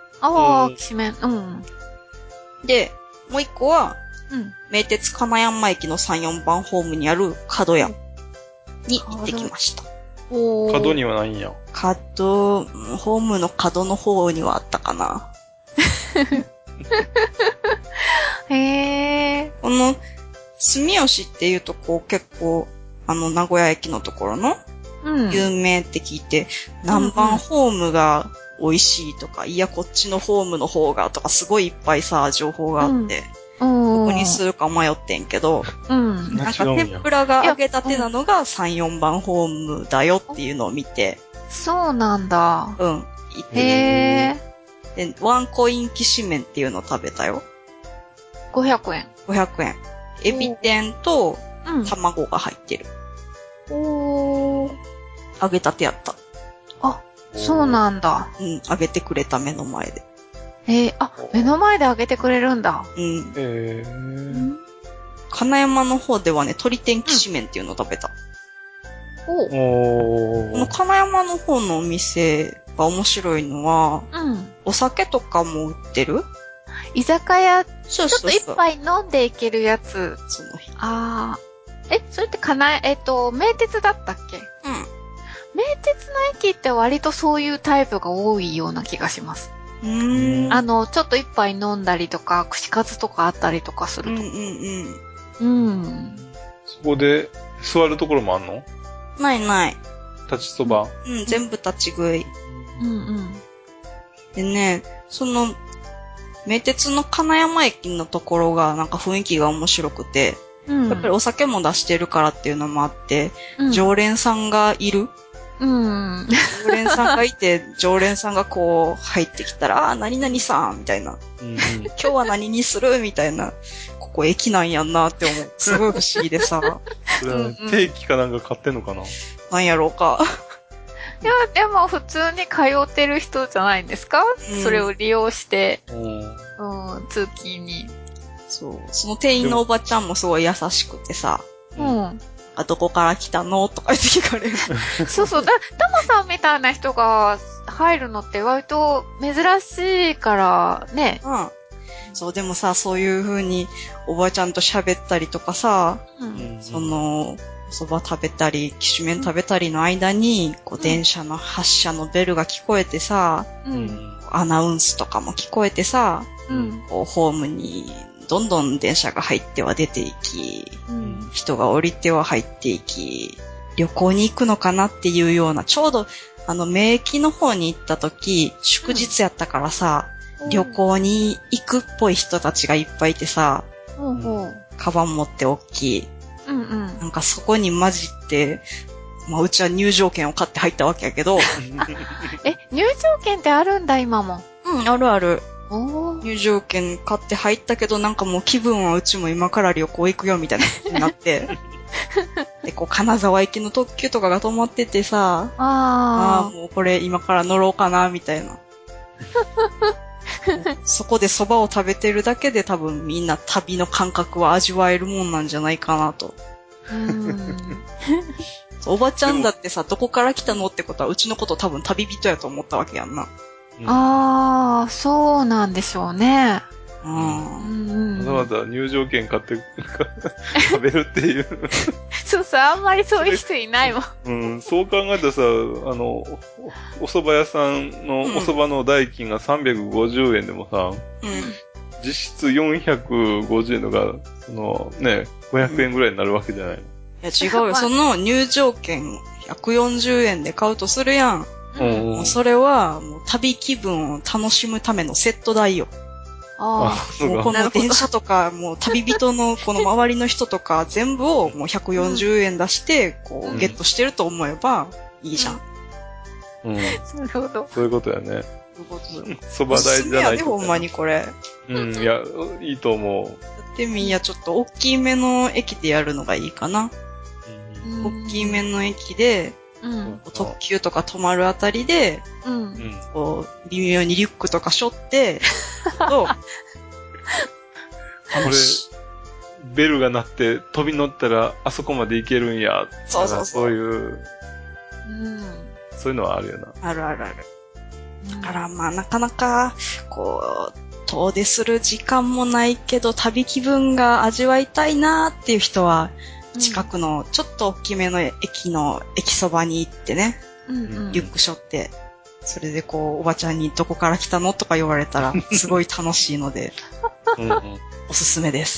で、もう一個は、名鉄金山駅の3、4番ホームにある角屋に行ってきました。 角にはないんや。 ホームの角の方にはあったかな。この、住吉っていうとこ結構、名古屋駅のところの、有名って聞いて、何番ホームが美味しいとか、いや、こっちのホームの方がとか、すごいいっぱいさ、情報があって、どこにするか迷ってんけど、なんか天ぷらが揚げたてなのが3、4番ホームだよっていうのを見て。 そうなんだ。 行ってで、ワンコインきしめんっていうのを食べたよ。 500円。 500円。エビ天と卵が入ってる。揚げたてやった。 あ、そうなんだ。 揚げてくれた目の前で。 目の前で揚げてくれるんだ。 金山の方ではね、鶏天きしめんっていうのを食べた。この金山の方のお店が面白いのは、お酒とかも売ってる？ 居酒屋、ちょっと一杯飲んでいけるやつ。 その日。 それって名鉄だったっけ？名鉄の駅って割とそういうタイプが多いような気がします。ちょっと一杯飲んだりとか、串カツとかあったりとかすると。 そこで座るところもあんの？ ない。 立ちそば。 全部立ち食い。でね、その、名鉄の金山駅のところがなんか雰囲気が面白くて、やっぱりお酒も出してるからっていうのもあって、常連さんがいる。常連さんがいて、常連さんがこう入ってきたら、何々さんみたいな。今日は何にするみたいな。ここ駅なんやんなって思う。すごい不思議でさ。 それは定期かなんか買ってんのかな。 なんやろうか。 いや、でも普通に通ってる人じゃないんですか、それを利用して、通勤に。 そう。その店員のおばちゃんもすごい優しくてさ。どこから来たのとか言って聞かれる。 そうそう。タマさんみたいな人が入るのって割と珍しいからね。 そう、でもさ、そういう風におばちゃんと喋ったりとかさ、お蕎麦食べたり、きしめん食べたりの間に、電車の発車のベルが聞こえてさ、アナウンスとかも聞こえてさ、ホームにどんどん電車が入っては出ていき、人が降りては入っていき、旅行に行くのかなっていうような、ちょうど名駅の方に行った時、祝日やったからさ、旅行に行くっぽい人たちがいっぱいいてさ、カバン持って大きい。なんかそこに混じって、うちは入場券を買って入ったわけやけど。 入場券ってあるんだ、今も。 あるある。入場券買って入ったけど、なんかもう気分はうちも今から旅行行くよみたいな気になって。で、金沢行きの特急とかが止まっててさ、もうこれ今から乗ろうかな、みたいな。そこで蕎麦を食べてるだけで多分みんな旅の感覚は味わえるもんなんじゃないかなと。おばちゃんだってさ、どこから来たのってことはうちのこと多分旅人やと思ったわけやんな。 そうなんでしょうね。 わざわざ入場券買って食べるっていう。 そうそう、あんまりそういう人いないもん。そう考えたらさ、お蕎麦屋さんのお蕎麦の代金が350円でもさ、実質450円とか、500円ぐらいになるわけじゃないの。 いや違うよ。その入場券140円で買うとするやん。もうそれはもう旅気分を楽しむためのセット代よ。もうこの電車とか、もう旅人のこの周りの人とか全部をもう140円出して、ゲットしてると思えばいいじゃん。 なるほど。 そういうことやね。蕎麦代じゃないと。ほんまにこれ。 いや、いいと思う。 やってみんや、ちょっと大きめの駅でやるのがいいかな。大きめの駅で、特急とか止まるあたりで、微妙にリュックとか背負って、これ、ベルが鳴って飛び乗ったらあそこまで行けるんや。そういう、そういうのはあるよな。 ある。だからなかなか、遠出する時間もないけど、旅気分が味わいたいなーっていう人は、近くのちょっと大きめの駅そばに行ってね、リュック背負って、それでおばちゃんにどこから来たのとか言われたら、すごい楽しいので、おすすめです。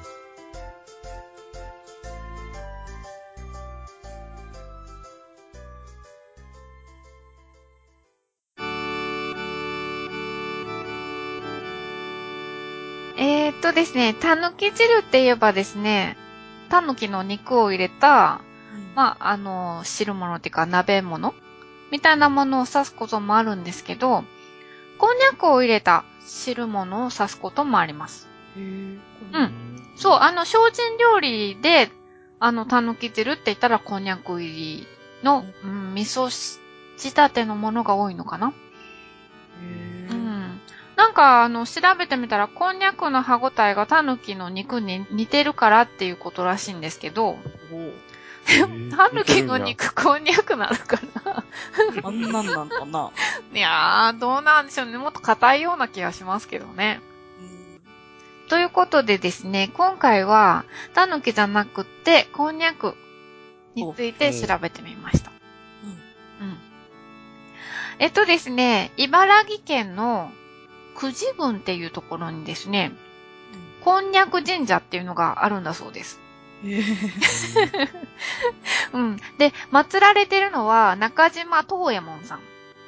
ですね、たぬき汁って言えばですね、たぬきの肉を入れた、汁物っていうか鍋物みたいなものを指すこともあるんですけど、こんにゃくを入れた汁物を指すこともあります。そう、精進料理で、たぬき汁って言ったらこんにゃく入りの、味噌仕立てのものが多いのかな。なんか、調べてみたら、こんにゃくの歯ごたえがタヌキの肉に似てるからっていうことらしいんですけど、タヌキの肉こんにゃくなるかなあんなんなんかな。 いやー、どうなんでしょうね。もっと硬いような気がしますけどね。ということでですね、今回は、タヌキじゃなくって、こんにゃくについて調べてみました。ですね、茨城県の久慈郡っていうところにですね、こんにゃく神社っていうのがあるんだそうです。で、祀られてるのは中島東右衛門さん。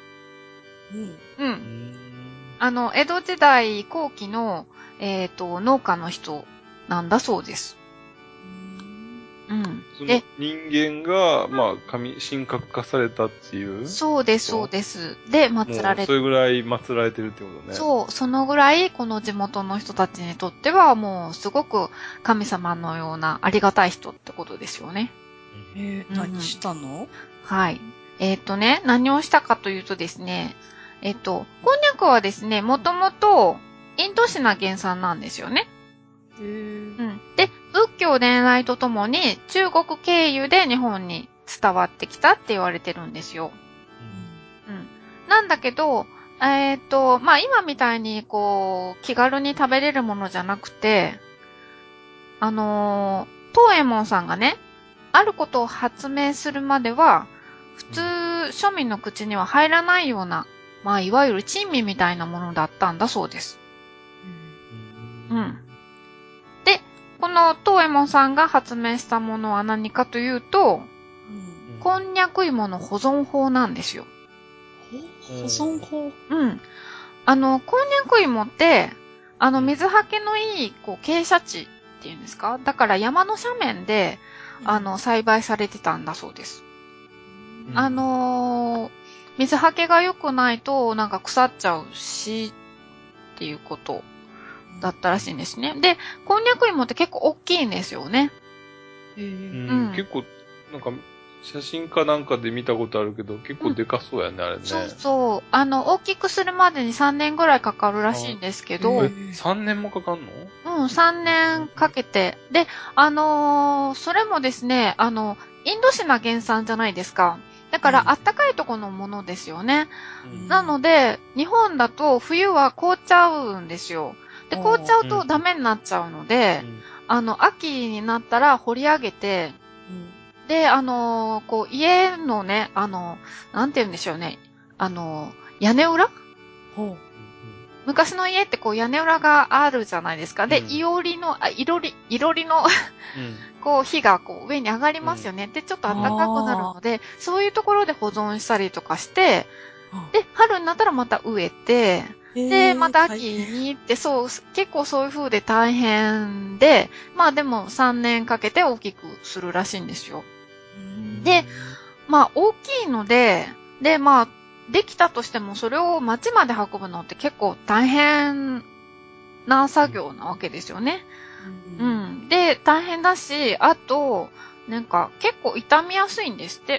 江戸時代後期の、農家の人なんだそうです。 うん。 その人間が、まあ、神格化されたっていう。 そうです、そうです。で、祀られて。 それぐらい祀られてるってことね。 そう、そのぐらい、この地元の人たちにとっては、もう、すごく神様のようなありがたい人ってことですよね。 何したの？ はい。何をしたかというとですね、こんにゃくはですね、もともと、インドシナ原産なんですよね。で、仏教伝来とともに中国経由で日本に伝わってきたって言われてるんですよ。なんだけど、まあ、今みたいに、気軽に食べれるものじゃなくて、東右衛門さんがね、あることを発明するまでは、普通、庶民の口には入らないような、まあ、いわゆる珍味みたいなものだったんだそうです。で、この東右衛門さんが発明したものは何かというと、こんにゃく芋の保存法なんですよ。 保存法？ こんにゃく芋って、水はけのいい、傾斜地っていうんですか？だから山の斜面で、栽培されてたんだそうです。水はけが良くないと、なんか腐っちゃうし、っていうことだったらしいんですね。で、こんにゃく芋って結構大きいんですよね。 結構、なんか、写真かなんかで見たことあるけど、結構でかそうやね、あれね。 そうそう。大きくするまでに3年ぐらいかかるらしいんですけど。 3年もかかんの ？3年かけて。で、それもですね、インドシナ原産じゃないですか。だから、あったかいとこのものですよね。なので、日本だと冬は凍っちゃうんですよ。で、凍っちゃうとダメになっちゃうので、秋になったら掘り上げて、で、家のね、なんて言うんでしょうね。屋根裏？昔の家って屋根裏があるじゃないですか。で、いろりの、火が上に上がりますよね。で、ちょっと暖かくなるので、そういうところで保存したりとかして、で、春になったらまた植えて、で、また秋にって、そう、結構そういう風で大変で、まあでも3年かけて大きくするらしいんですよ。で、まあ大きいので、で、まあ、できたとしてもそれを町まで運ぶのって結構大変な作業なわけですよね。で、大変だし、あと、なんか結構傷みやすいんですって。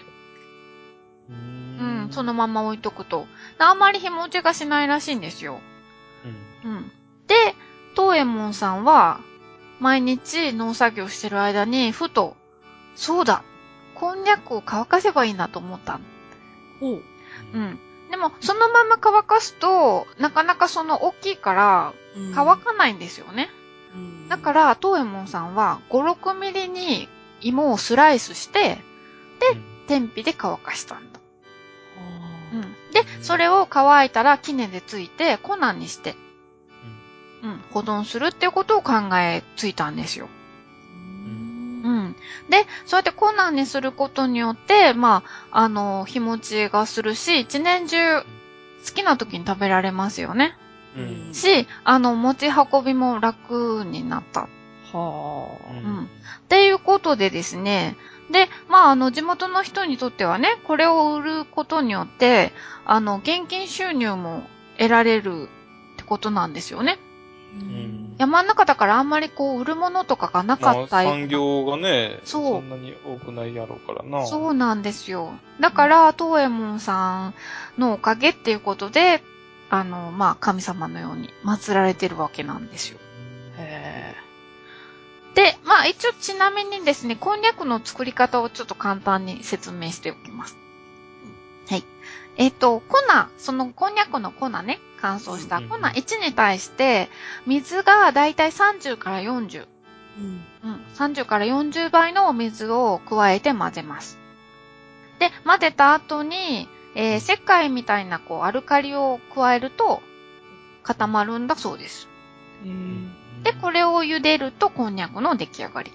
そのまま置いとくと。あんまり日持ちがしないらしいんですよ。で、東右衛門さんは、毎日農作業してる間に、ふと、そうだ、こんにゃくを乾かせばいいなと思ったの。でも、そのまま乾かすと、なかなか大きいから、乾かないんですよね。だから、東右衛門さんは、5、6ミリに芋をスライスして、で、天日で乾かしたんだ。で、それを乾いたら、杵でついて、粉にして、保存するっていうことを考えついたんですよ。で、そうやって粉にすることによって、まあ、日持ちがするし、一年中好きな時に食べられますよね。し、持ち運びも楽になった。っていうことでですね、で、まあ、地元の人にとってはね、これを売ることによって、現金収入も得られるってことなんですよね。山の中だからあんまり売るものとかがなかったような。 産業がね、そんなに多くないやろうからな。 そうなんですよ。だから、東右衛門さんのおかげっていうことで、まあ、神様のように祀られてるわけなんですよ。で、まあ、一応ちなみにですね、こんにゃくの作り方をちょっと簡単に説明しておきます。はい。そのこんにゃくの粉ね、乾燥した粉1に対して、水がだいたい30から40。30から40倍のお水を加えて混ぜます。で、混ぜた後に、石灰みたいなアルカリを加えると固まるんだそうです。で、これを茹でるとこんにゃくの出来上がり。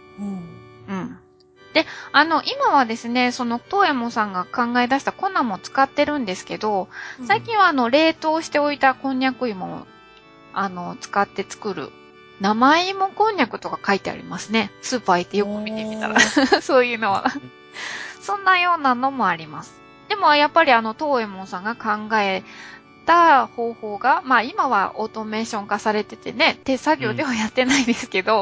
で、今はですね、その東右衛門さんが考え出した粉も使ってるんですけど、最近は冷凍しておいたこんにゃく芋を、使って作る生芋こんにゃくとか書いてありますね。スーパー行ってよく見てみたら。そういうのは。そんなようなのもあります。でもやっぱり東右衛門さんが考えた方法が、まあ今はオートメーション化されててね、手作業ではやってないですけど、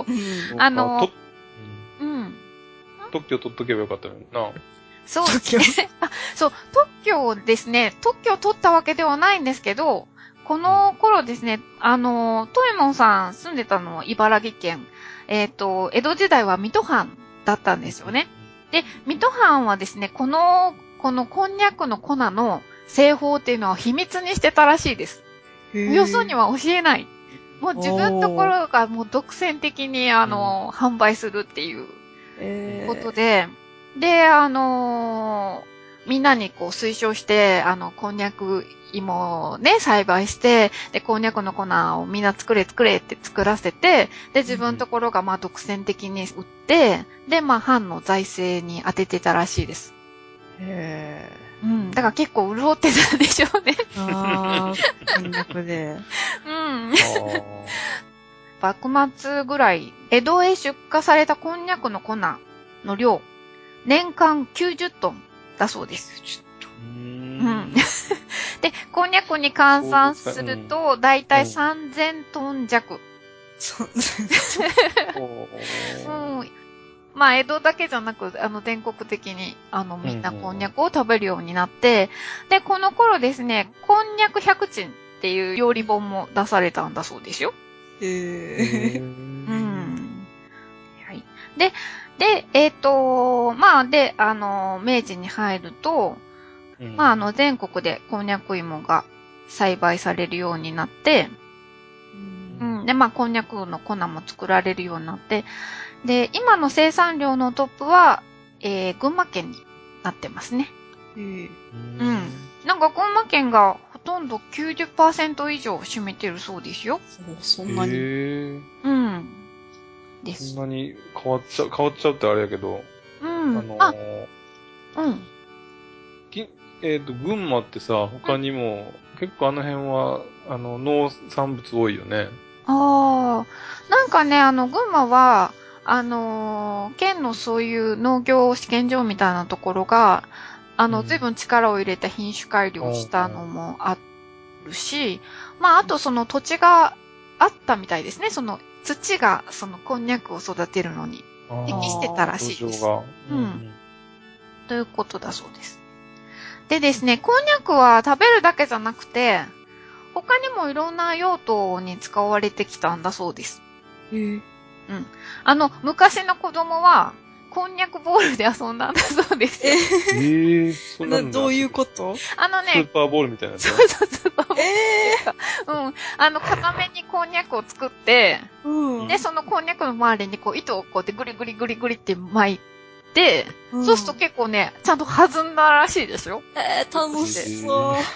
特許取っとけばよかったのにな。 そうですね。そう、特許をですね、特許を取ったわけではないんですけど、この頃ですね、トイモンさん住んでたのは茨城県。江戸時代は水戸藩だったんですよね。で、水戸藩はですね、このこんにゃくの粉の製法っていうのは秘密にしてたらしいです。よそには教えない。もう自分のところがもう独占的に販売するっていうことで、で、みんなにこう推奨して、こんにゃく芋をね、栽培して、で、こんにゃくの粉をみんな作れって作らせて、で、自分のところがまあ独占的に売って、で、まあ、藩の財政に当ててたらしいです。 へー。うん。だから結構潤ってたんでしょうね。 ああ、こんにゃくで。 うん。幕末ぐらい、江戸へ出荷されたこんにゃくの粉の量、年間90トンだそうです。うん。で、こんにゃくに換算すると、だいたい3000トン弱。まあ、江戸だけじゃなく、全国的に、みんなこんにゃくを食べるようになって、で、この頃ですね、こんにゃく百珍っていう料理本も出されたんだそうですよ。 へー。 うん。はい。で、まあ、で、明治に入ると、まあ、全国でこんにゃく芋が栽培されるようになって、で、まあ、こんにゃくの粉も作られるようになって、で、今の生産量のトップは、群馬県になってますね。なんか群馬県がほとんど 90% 以上占めてるそうですよ。 そんなに。 です。 そんなに変わっちゃうってあれやけど。群馬ってさ、他にも、結構あの辺は、農産物多いよね。 なんかね、群馬は、県のそういう農業試験場みたいなところが、随分力を入れた品種改良したのもあるし、まあ、あとその土地があったみたいですね。その土が、そのこんにゃくを育てるのに適してたらしいです。ということだそうです。でですね、こんにゃくは食べるだけじゃなくて、他にもいろんな用途に使われてきたんだそうです。昔の子供は、こんにゃくボールで遊んだんだそうです。 そんなのどういうこと？ スーパーボールみたいなやつ。 そう。片面にこんにゃくを作って、で、そのこんにゃくの周りにこう糸をこうやってグリグリグリグリって巻いて、そうすると結構ね、ちゃんと弾んだらしいですよ。 楽しそう。よか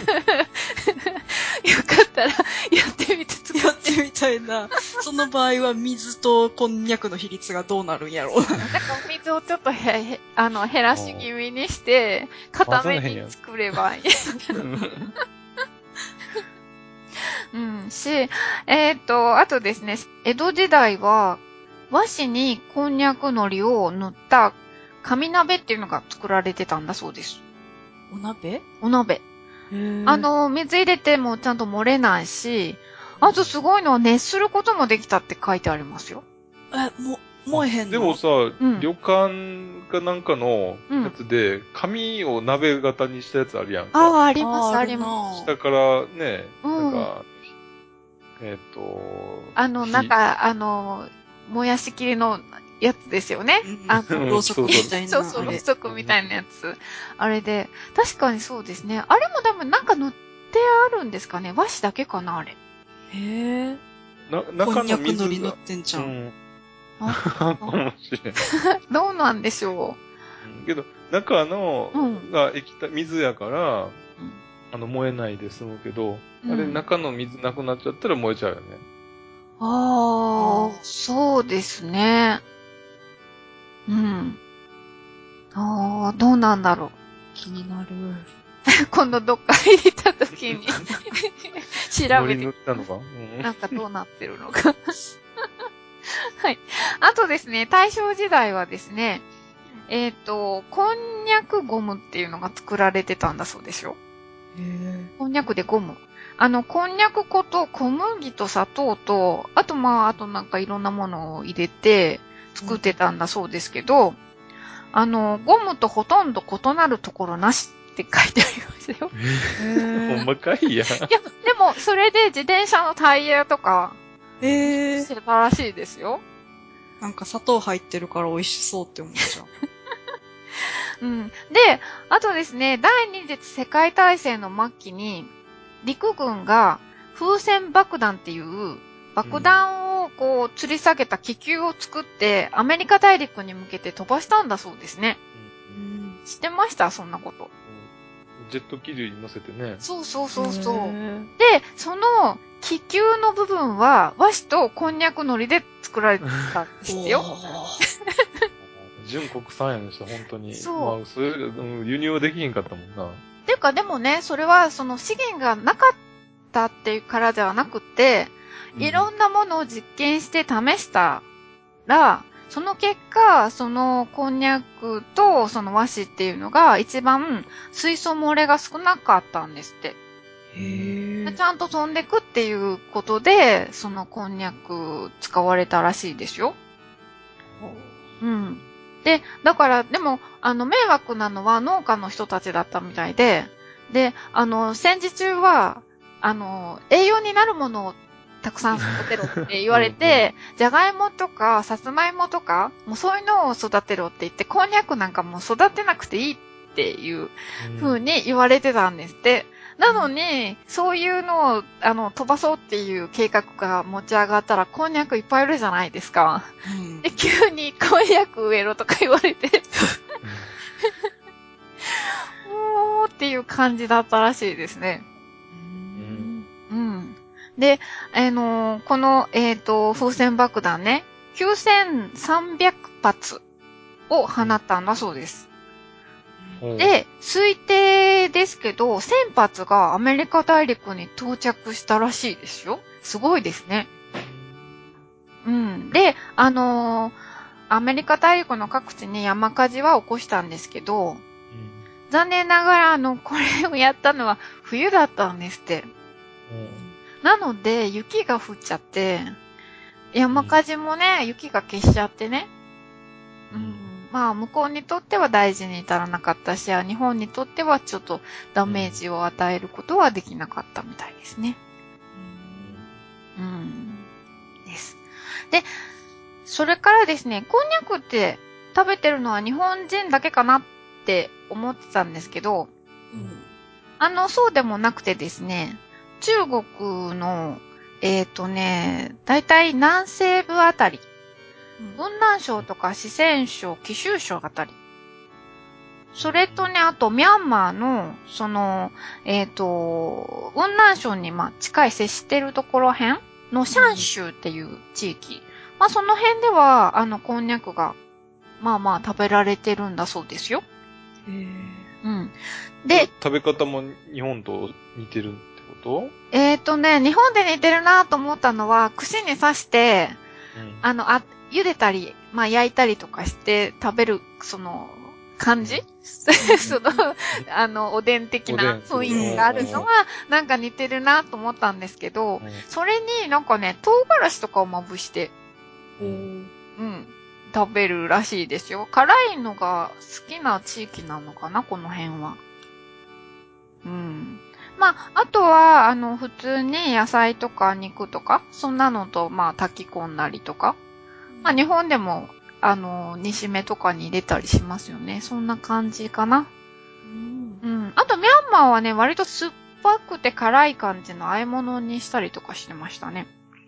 ったらやってみてやってみたいな。その場合は水とこんにゃくの比率がどうなるんやろう。 なんか水をちょっと減らし気味にして、固めに作ればいい。あとですね、江戸時代は和紙にこんにゃくのりを塗った紙鍋っていうのが作られてたんだそうです。 お鍋。 水入れてもちゃんと漏れないし、あとすごいのは熱することもできたって書いてありますよ。 燃えへんの？ でもさ、旅館かなんかのやつで、紙を鍋型にしたやつあるやんか。 あります、あります。 下からね、なんか、 もやし切りのやつですよね。 ろうそくみたいな。 そう、ろうそくみたいなやつ。あれで、確かにそうですね。あれも多分なんか塗ってあるんですかね。和紙だけかな、あれ。 へえ。 中の水が塗ってんじゃん。 かもしれん。 どうなんでしょう。けど、中のが水やから、燃えないで済むけど、あれ中の水なくなっちゃったら燃えちゃうよね。 そうですね。どうなんだろう。 気になる。 今度どっか行った時に調べて。 乗りたのか、 なんかどうなってるのか。 はい。あとですね、大正時代はですね、こんにゃくゴムっていうのが作られてたんだそうですよ。こんにゃくでゴム。こんにゃく粉と小麦と砂糖と、あとなんかいろんなものを入れて作ってたんだそうですけど、ゴムとほとんど異なるところなしって書いてありますよ。 ほんまかいや。 いや、でも、それで自転車のタイヤとか、してたらしいですよ。 なんか砂糖入ってるから美味しそうって思っちゃう。 うん。で、あとですね、第二次世界大戦の末期に、陸軍が風船爆弾っていう爆弾をこう吊り下げた気球を作ってアメリカ大陸に向けて飛ばしたんだそうですね。知ってましたそんなこと。 ジェット気流に乗せてね。 そう。で、その気球の部分は和紙とこんにゃく海苔で作られてたんですよ。 純国産やねんし、本当に。 そう。 それ、輸入はできへんかったもんな。 ていうかでもね、それはその資源がなかったっていうからではなくて、いろんなものを実験して試したら、その結果、そのこんにゃくとその和紙っていうのが一番水素漏れが少なかったんですって。ちゃんと飛んでくっていうことで、そのこんにゃく使われたらしいですよ。うん。で、だから、でも、迷惑なのは農家の人たちだったみたいで、で、戦時中は、栄養になるものをたくさん育てろって言われて、じゃがいもとか、さつまいもとか、もうそういうのを育てろって言って、こんにゃくなんかもう育てなくていいっていう風に言われてたんですって。なのに、そういうのを、飛ばそうっていう計画が持ち上がったら、こんにゃくいっぱいいるじゃないですか。で、急にこんにゃく植えろとか言われて、もうっていう感じだったらしいですね。で、この、風船爆弾ね、9300発を放ったんだそうです。で、推定ですけど、1000発がアメリカ大陸に到着したらしいですよ。すごいですね。で、アメリカ大陸の各地に山火事は起こしたんですけど、残念ながら、これをやったのは冬だったんですって。なので、雪が降っちゃって、山火事もね、雪が消しちゃってね。向こうにとっては大事に至らなかったし、日本にとってはちょっとダメージを与えることはできなかったみたいですね。です。で、それからですね、こんにゃくって食べてるのは日本人だけかなって思ってたんですけど、そうでもなくてですね、中国の、だいたい南西部あたり、雲南省とか四川省、貴州省あたり。それとね、あと、ミャンマーの、雲南省に、近い接してるところ辺のシャン州っていう地域。その辺では、こんにゃくが、食べられてるんだそうですよ。 で、食べ方も日本と似てるってこと？ 日本で似てるなと思ったのは、串に刺して、茹でたり、焼いたりとかして食べる、その、感じその、おでん的な雰囲気があるのは、なんか似てるなと思ったんですけど、それになんかね、唐辛子とかをまぶして、食べるらしいですよ。辛いのが好きな地域なのかな、この辺は。あとは、普通に野菜とか肉とか、そんなのと、炊き込んだりとか。日本でも、煮しめとかに入れたりしますよね。そんな感じかな。あと、ミャンマーはね、割と酸っぱくて辛い感じの和え物にしたりとかしてましたね。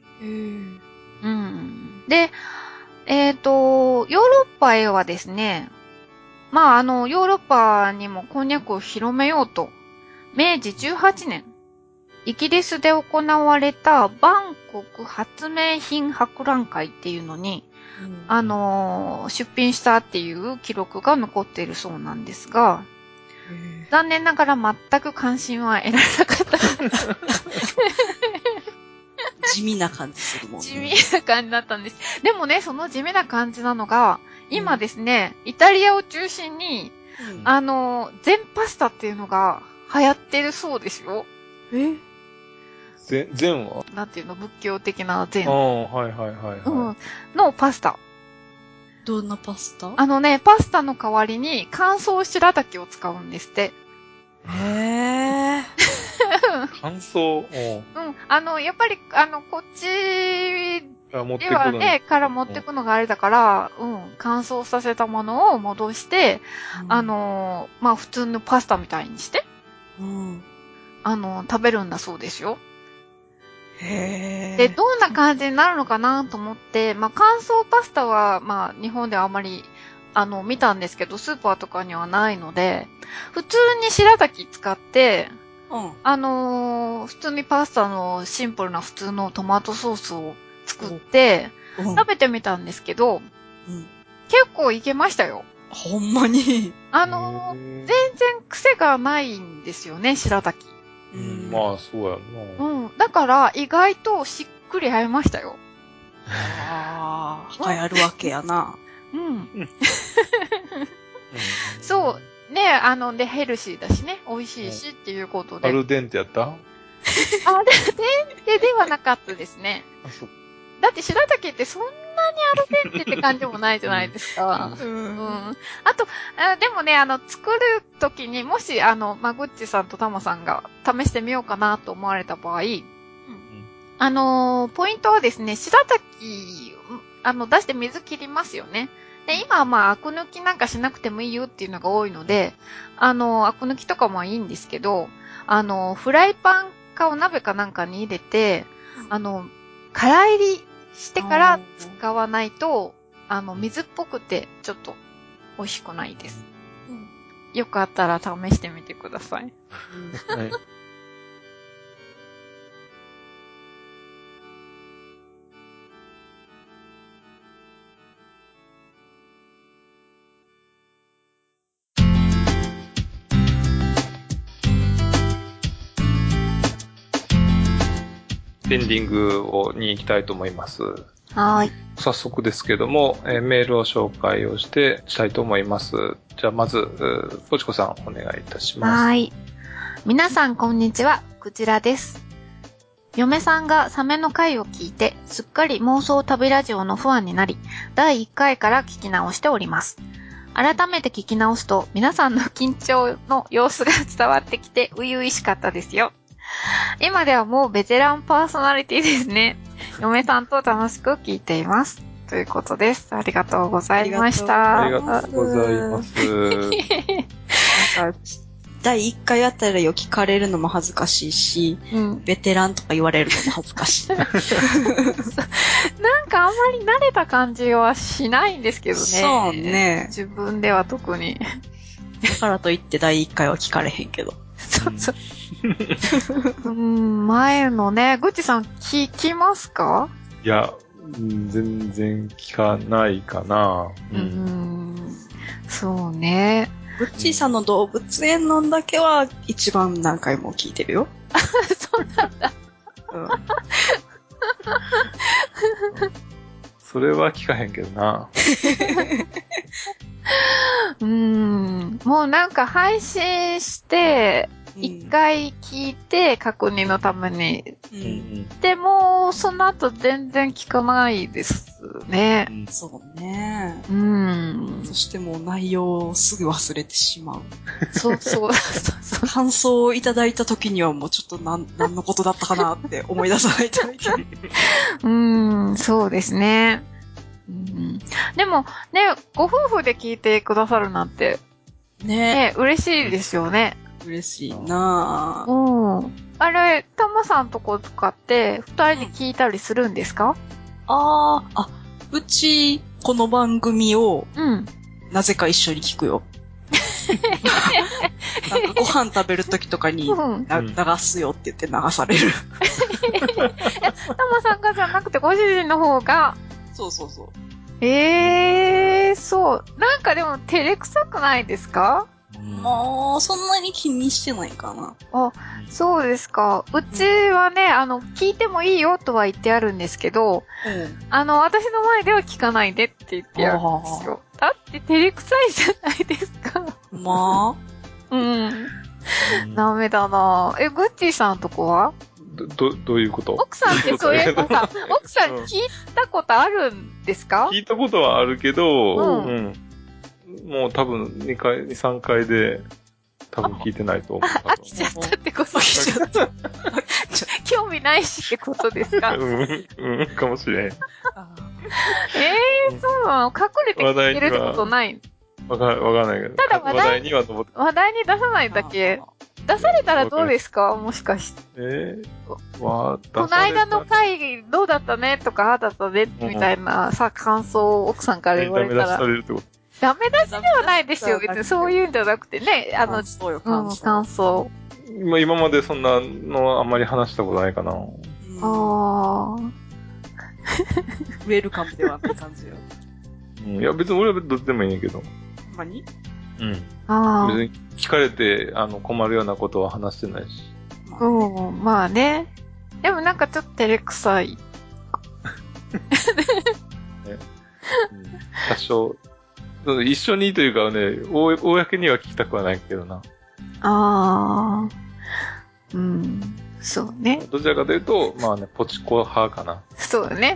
で、ヨーロッパへはですね、ヨーロッパにもこんにゃくを広めようと、明治18年、イギリスで行われたバンコク発明品博覧会っていうのに、出品したっていう記録が残っているそうなんですが、残念ながら全く関心は得られなかった。 地味な感じするもんね。 地味な感じだったんです。でもね、その地味な感じなのが、今ですね、イタリアを中心に、全パスタっていうのが流行ってるそうですよ。 全はなんていうの、仏教的な全。 はいはいはい、はい。 のパスタ。 どんなパスタ？ パスタの代わりに乾燥白滝を使うんですって。 へー。 乾燥？ やっぱり、こっちではね、から持ってくのがあれだから、乾燥させたものを戻して、普通のパスタみたいにして、食べるんだそうですよ。 へー。 で、どんな感じになるのかなと思って、乾燥パスタは、日本ではあまり、見たんですけど、スーパーとかにはないので、普通に白滝使って、普通にパスタのシンプルな普通のトマトソースを作って、食べてみたんですけど、結構いけましたよ。 ほんまに。 全然癖がないんですよね、白滝。 まあ、そうやな。 だから意外としっくり合いましたよ。 流行るわけやな。 そう。ね、で、ヘルシーだしね、美味しいしっていうことで。 アルデンテやった？ アルデンテではなかったですね。だって白滝ってそんなにアルデンテって感じもないじゃないですか。あと、でもね、作るときにもし、グッチさんとタマさんが試してみようかなと思われた場合、ポイントはですね、白滝、出して水切りますよね。で、今はアク抜きなんかしなくてもいいよっていうのが多いので、アク抜きとかもいいんですけど、フライパンかお鍋かなんかに入れて、空入りしてから使わないと、水っぽくてちょっと美味しくないです。よかったら試してみてください。はい。 エンディングに行きたいと思います。 はい。 早速ですけども、メールを紹介をしたいと思います。じゃあまず、ポチコさんお願いいたします。 はい。皆さんこんにちは、こちらです。嫁さんがサメの回を聞いて、すっかり妄想旅ラジオのファンになり、第1回から聞き直しております。改めて聞き直すと、皆さんの緊張の様子が伝わってきて、初々しかったですよ。今ではもうベテランパーソナリティですね。嫁さんと楽しく聞いています。ということです。ありがとうございました。 ありがとうございます。 なんか第1回あたりを聞かれるのも恥ずかしいし、ベテランとか言われるのも恥ずかしい。なんかあんまり慣れた感じはしないんですけどね。 そうね。 自分では特に。 だからといって第1回は聞かれへんけど。 そうそう。前のね、ぐっちさん聞きますか？ いや、全然聞かないかな。 そうね。 ぐっちーさんの動物園のだけは一番何回も聞いてるよ。 そうなんだ。 それは聞かへんけどな。 もうなんか配信して、一回聞いて確認のために。でも、その後全然聞かないですね。 そうね。そしてもう内容をすぐ忘れてしまう。 そう。 感想をいただいた時にはもうちょっと何のことだったかなって思い出さないといけない。 そうですね。でも、ね、ご夫婦で聞いてくださるなんて、ね、嬉しいですよね。 嬉しいなぁ。 あれ、タマさんとこ使って二人で聞いたりするんですか？ うち、この番組を、なぜか一緒に聞くよ。なんかご飯食べるときとかに、流すよって言って流される。 タマさんがじゃなくてご主人の方が。 そう。 そう。なんかでも照れくさくないですか？ まあ、そんなに気にしてないかな。 あ、そうですか。うちはね、聞いてもいいよとは言ってあるんですけど、私の前では聞かないでって言ってあるんですよ。だって照れくさいじゃないですか。 まあ。 ダメだなぁ。グッチーさんとこはどういうこと？ 奥さんってそういうさ、奥さん聞いたことあるんですか？ 聞いたことはあるけど、もう多分2回、3回で、多分聞いてないと思う。 飽きちゃったってことですか？興味ないしってことですか？ かもしれん。 そうなの？隠れて聞いてるってことない？ わかんないけど。 ただ話題には登って。 話題に出さないだけ。出されたらどうですか？もしかして。この間の会どうだったねとか、ああだったねみたいなさ、感想を奥さんから言われたら。 ダメ出しされるってこと？ ダメ出しではないですよ。別にそういうんじゃなくてね、感想。 今までそんなのあんまり話したことないかな。 ウェルカムではない感じよ。 いや、別に俺はどっちでもいいねんけど。 ほんまに？ 別に聞かれて困るようなことは話してないし。 まあね。でもなんかちょっと照れくさい。 多少。一緒にというかね、公には聞きたくはないけどな。 そうね。 どちらかというと、まあね、ポチコ派かな。 そうね。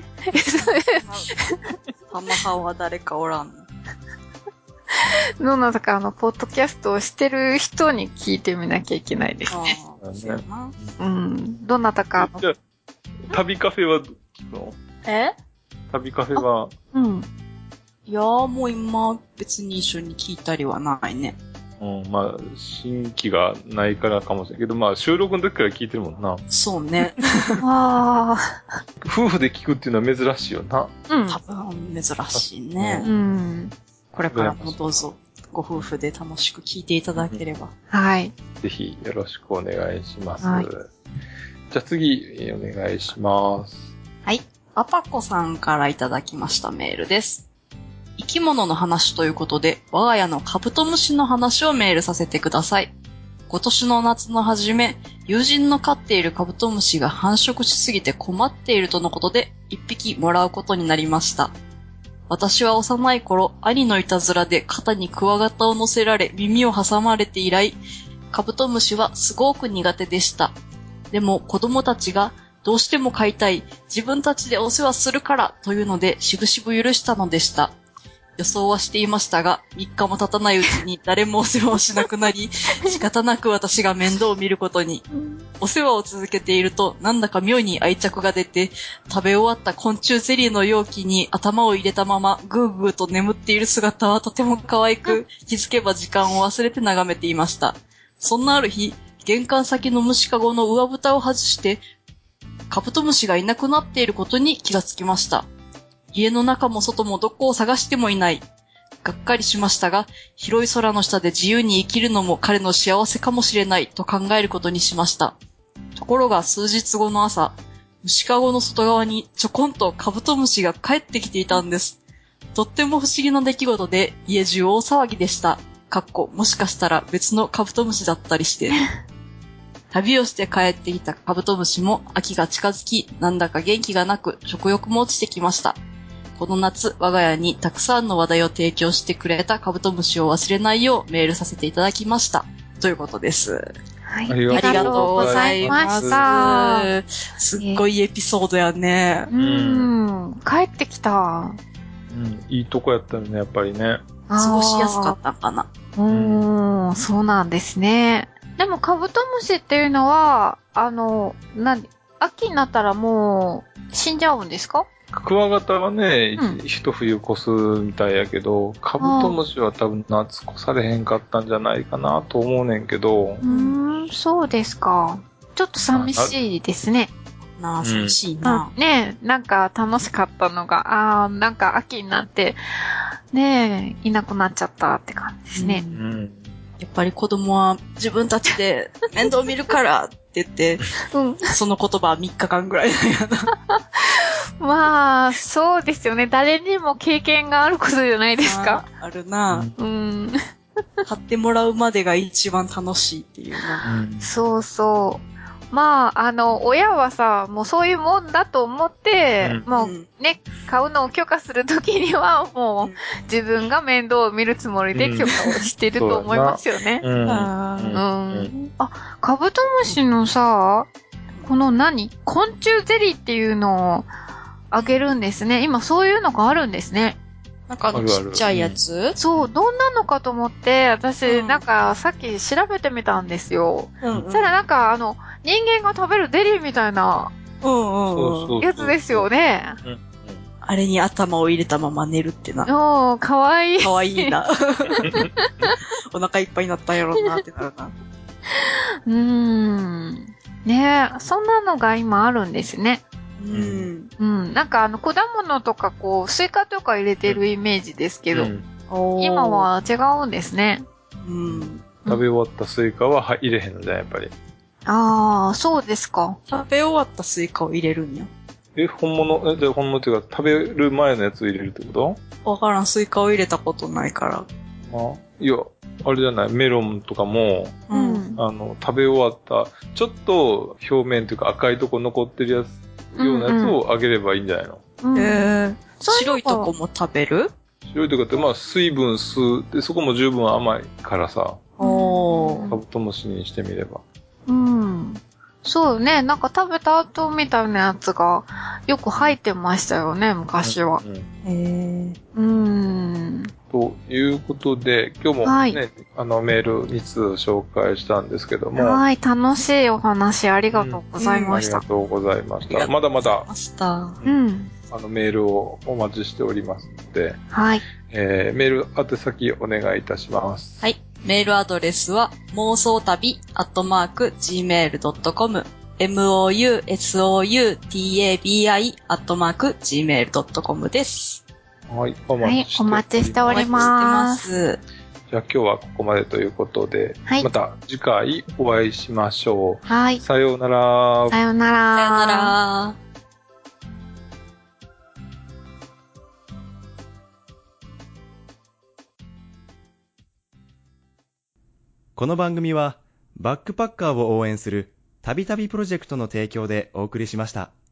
ハマ派は誰かおらんの？ どなたかポッドキャストをしてる人に聞いてみなきゃいけないですね。どなたか。 じゃあ、旅カフェは聞くの？旅カフェは？ いやーもう今別に一緒に聞いたりはないね。 まあ、新規がないからかもしれんけど、まあ収録の時から聞いてるもんな。 そうね。 夫婦で聞くっていうのは珍しいよな。 多分珍しいね。これからもどうぞご夫婦で楽しく聞いていただければ。 はい。 ぜひよろしくお願いします。じゃあ次、お願いします。 はい。パパコさんからいただきましたメールです。生き物の話ということで、我が家のカブトムシの話をメールさせてください。今年の夏の初め、友人の飼っているカブトムシが繁殖しすぎて困っているとのことで、一匹もらうことになりました。私は幼い頃、兄のいたずらで肩にクワガタを乗せられ耳を挟まれて以来、カブトムシはすごく苦手でした。でも子供たちがどうしても飼いたい、自分たちでお世話するからというのでしぶしぶ許したのでした。予想はしていましたが、3日も経たないうちに誰もお世話をしなくなり、仕方なく私が面倒を見ることに。お世話を続けていると、なんだか妙に愛着が出て、食べ終わった昆虫ゼリーの容器に頭を入れたまま、ぐーぐーと眠っている姿はとても可愛く、気づけば時間を忘れて眺めていました。そんなある日、玄関先の虫かごの上蓋を外して、カブトムシがいなくなっていることに気がつきました。家の中も外もどこを探してもいない。がっかりしましたが、広い空の下で自由に生きるのも彼の幸せかもしれないと考えることにしました。ところが数日後の朝、虫かごの外側にちょこんとカブトムシが帰ってきていたんです。とっても不思議な出来事で家中大騒ぎでした。もしかしたら別のカブトムシだったりして。旅をして帰ってきたカブトムシも秋が近づき、なんだか元気がなく食欲も落ちてきました。この夏、我が家にたくさんの話題を提供してくれたカブトムシを忘れないようメールさせていただきました。ということです。 はい。ありがとうございました。 すっごいエピソードやね。 帰ってきた。 いいとこやったよね、やっぱりね。 過ごしやすかったかな。 そうなんですね。でもカブトムシっていうのは、秋になったらもう死んじゃうんですか？ クワガタはね、一冬越すみたいやけど、カブトムシは多分夏越されへんかったんじゃないかなと思うねんけど。 そうですか。ちょっと寂しいですね。 寂しいな。 ねえ、なんか楽しかったのが、なんか秋になって、ねえ、いなくなっちゃったって感じですね。 やっぱり子供は自分たちで面倒見るからって言って、その言葉は3日間ぐらいなんやな。 まあ、そうですよね。誰にも経験があることじゃないですか。 あるな。 買ってもらうまでが一番楽しいっていうな。 そうそう。まあ、親はさ、もうそういうもんだと思って、もうね、買うのを許可するときには、もう自分が面倒を見るつもりで許可をしてると思いますよね。あ、カブトムシのさ、この昆虫ゼリーっていうのをあげるんですね。今そういうのがあるんですね。 なんかちっちゃいやつ、 そう、どんなのかと思って、私、なんかさっき調べてみたんですよ。そしたらなんか人間が食べるデリーみたいな、やつですよね。 あれに頭を入れたまま寝るってな。 かわいい。 かわいいな。お腹いっぱいになったんやろなってなるな。 ねえ、そんなのが今あるんですね。なんか果物とかスイカとか入れてるイメージですけど、今は違うんですね。 食べ終わったスイカは入れへんのじゃん、やっぱり。 ああ、そうですか。 食べ終わったスイカを入れるんや。 本物っていうか、食べる前のやつを入れるってこと？ わからん、スイカを入れたことないから。 いや、あれじゃない、メロンとかも、食べ終わった、ちょっと表面というか赤いとこ残ってるようなやつをあげればいいんじゃないの？ 白いとこも食べる？ 白いとこって、水分吸うで、そこも十分甘いからさ、カブトムシにしてみれば。 そうね、なんか食べた後みたいなやつがよく入ってましたよね、昔は。 ということで、今日もね、メール2通紹介したんですけども。 はい、楽しいお話ありがとうございました。 ありがとうございました。まだまだ、メールをお待ちしておりますので、メール宛先お願いいたします。 はい。メールアドレスは、妄想旅@gmail.com、mousOutabi@gmail.com です。 はい、 お待ちしております。 じゃあ今日はここまでということで、また次回お会いしましょう。 はい。 さようなら。 さようなら。 さようなら。 この番組はバックパッカーを応援するたびたびプロジェクトの提供でお送りしました。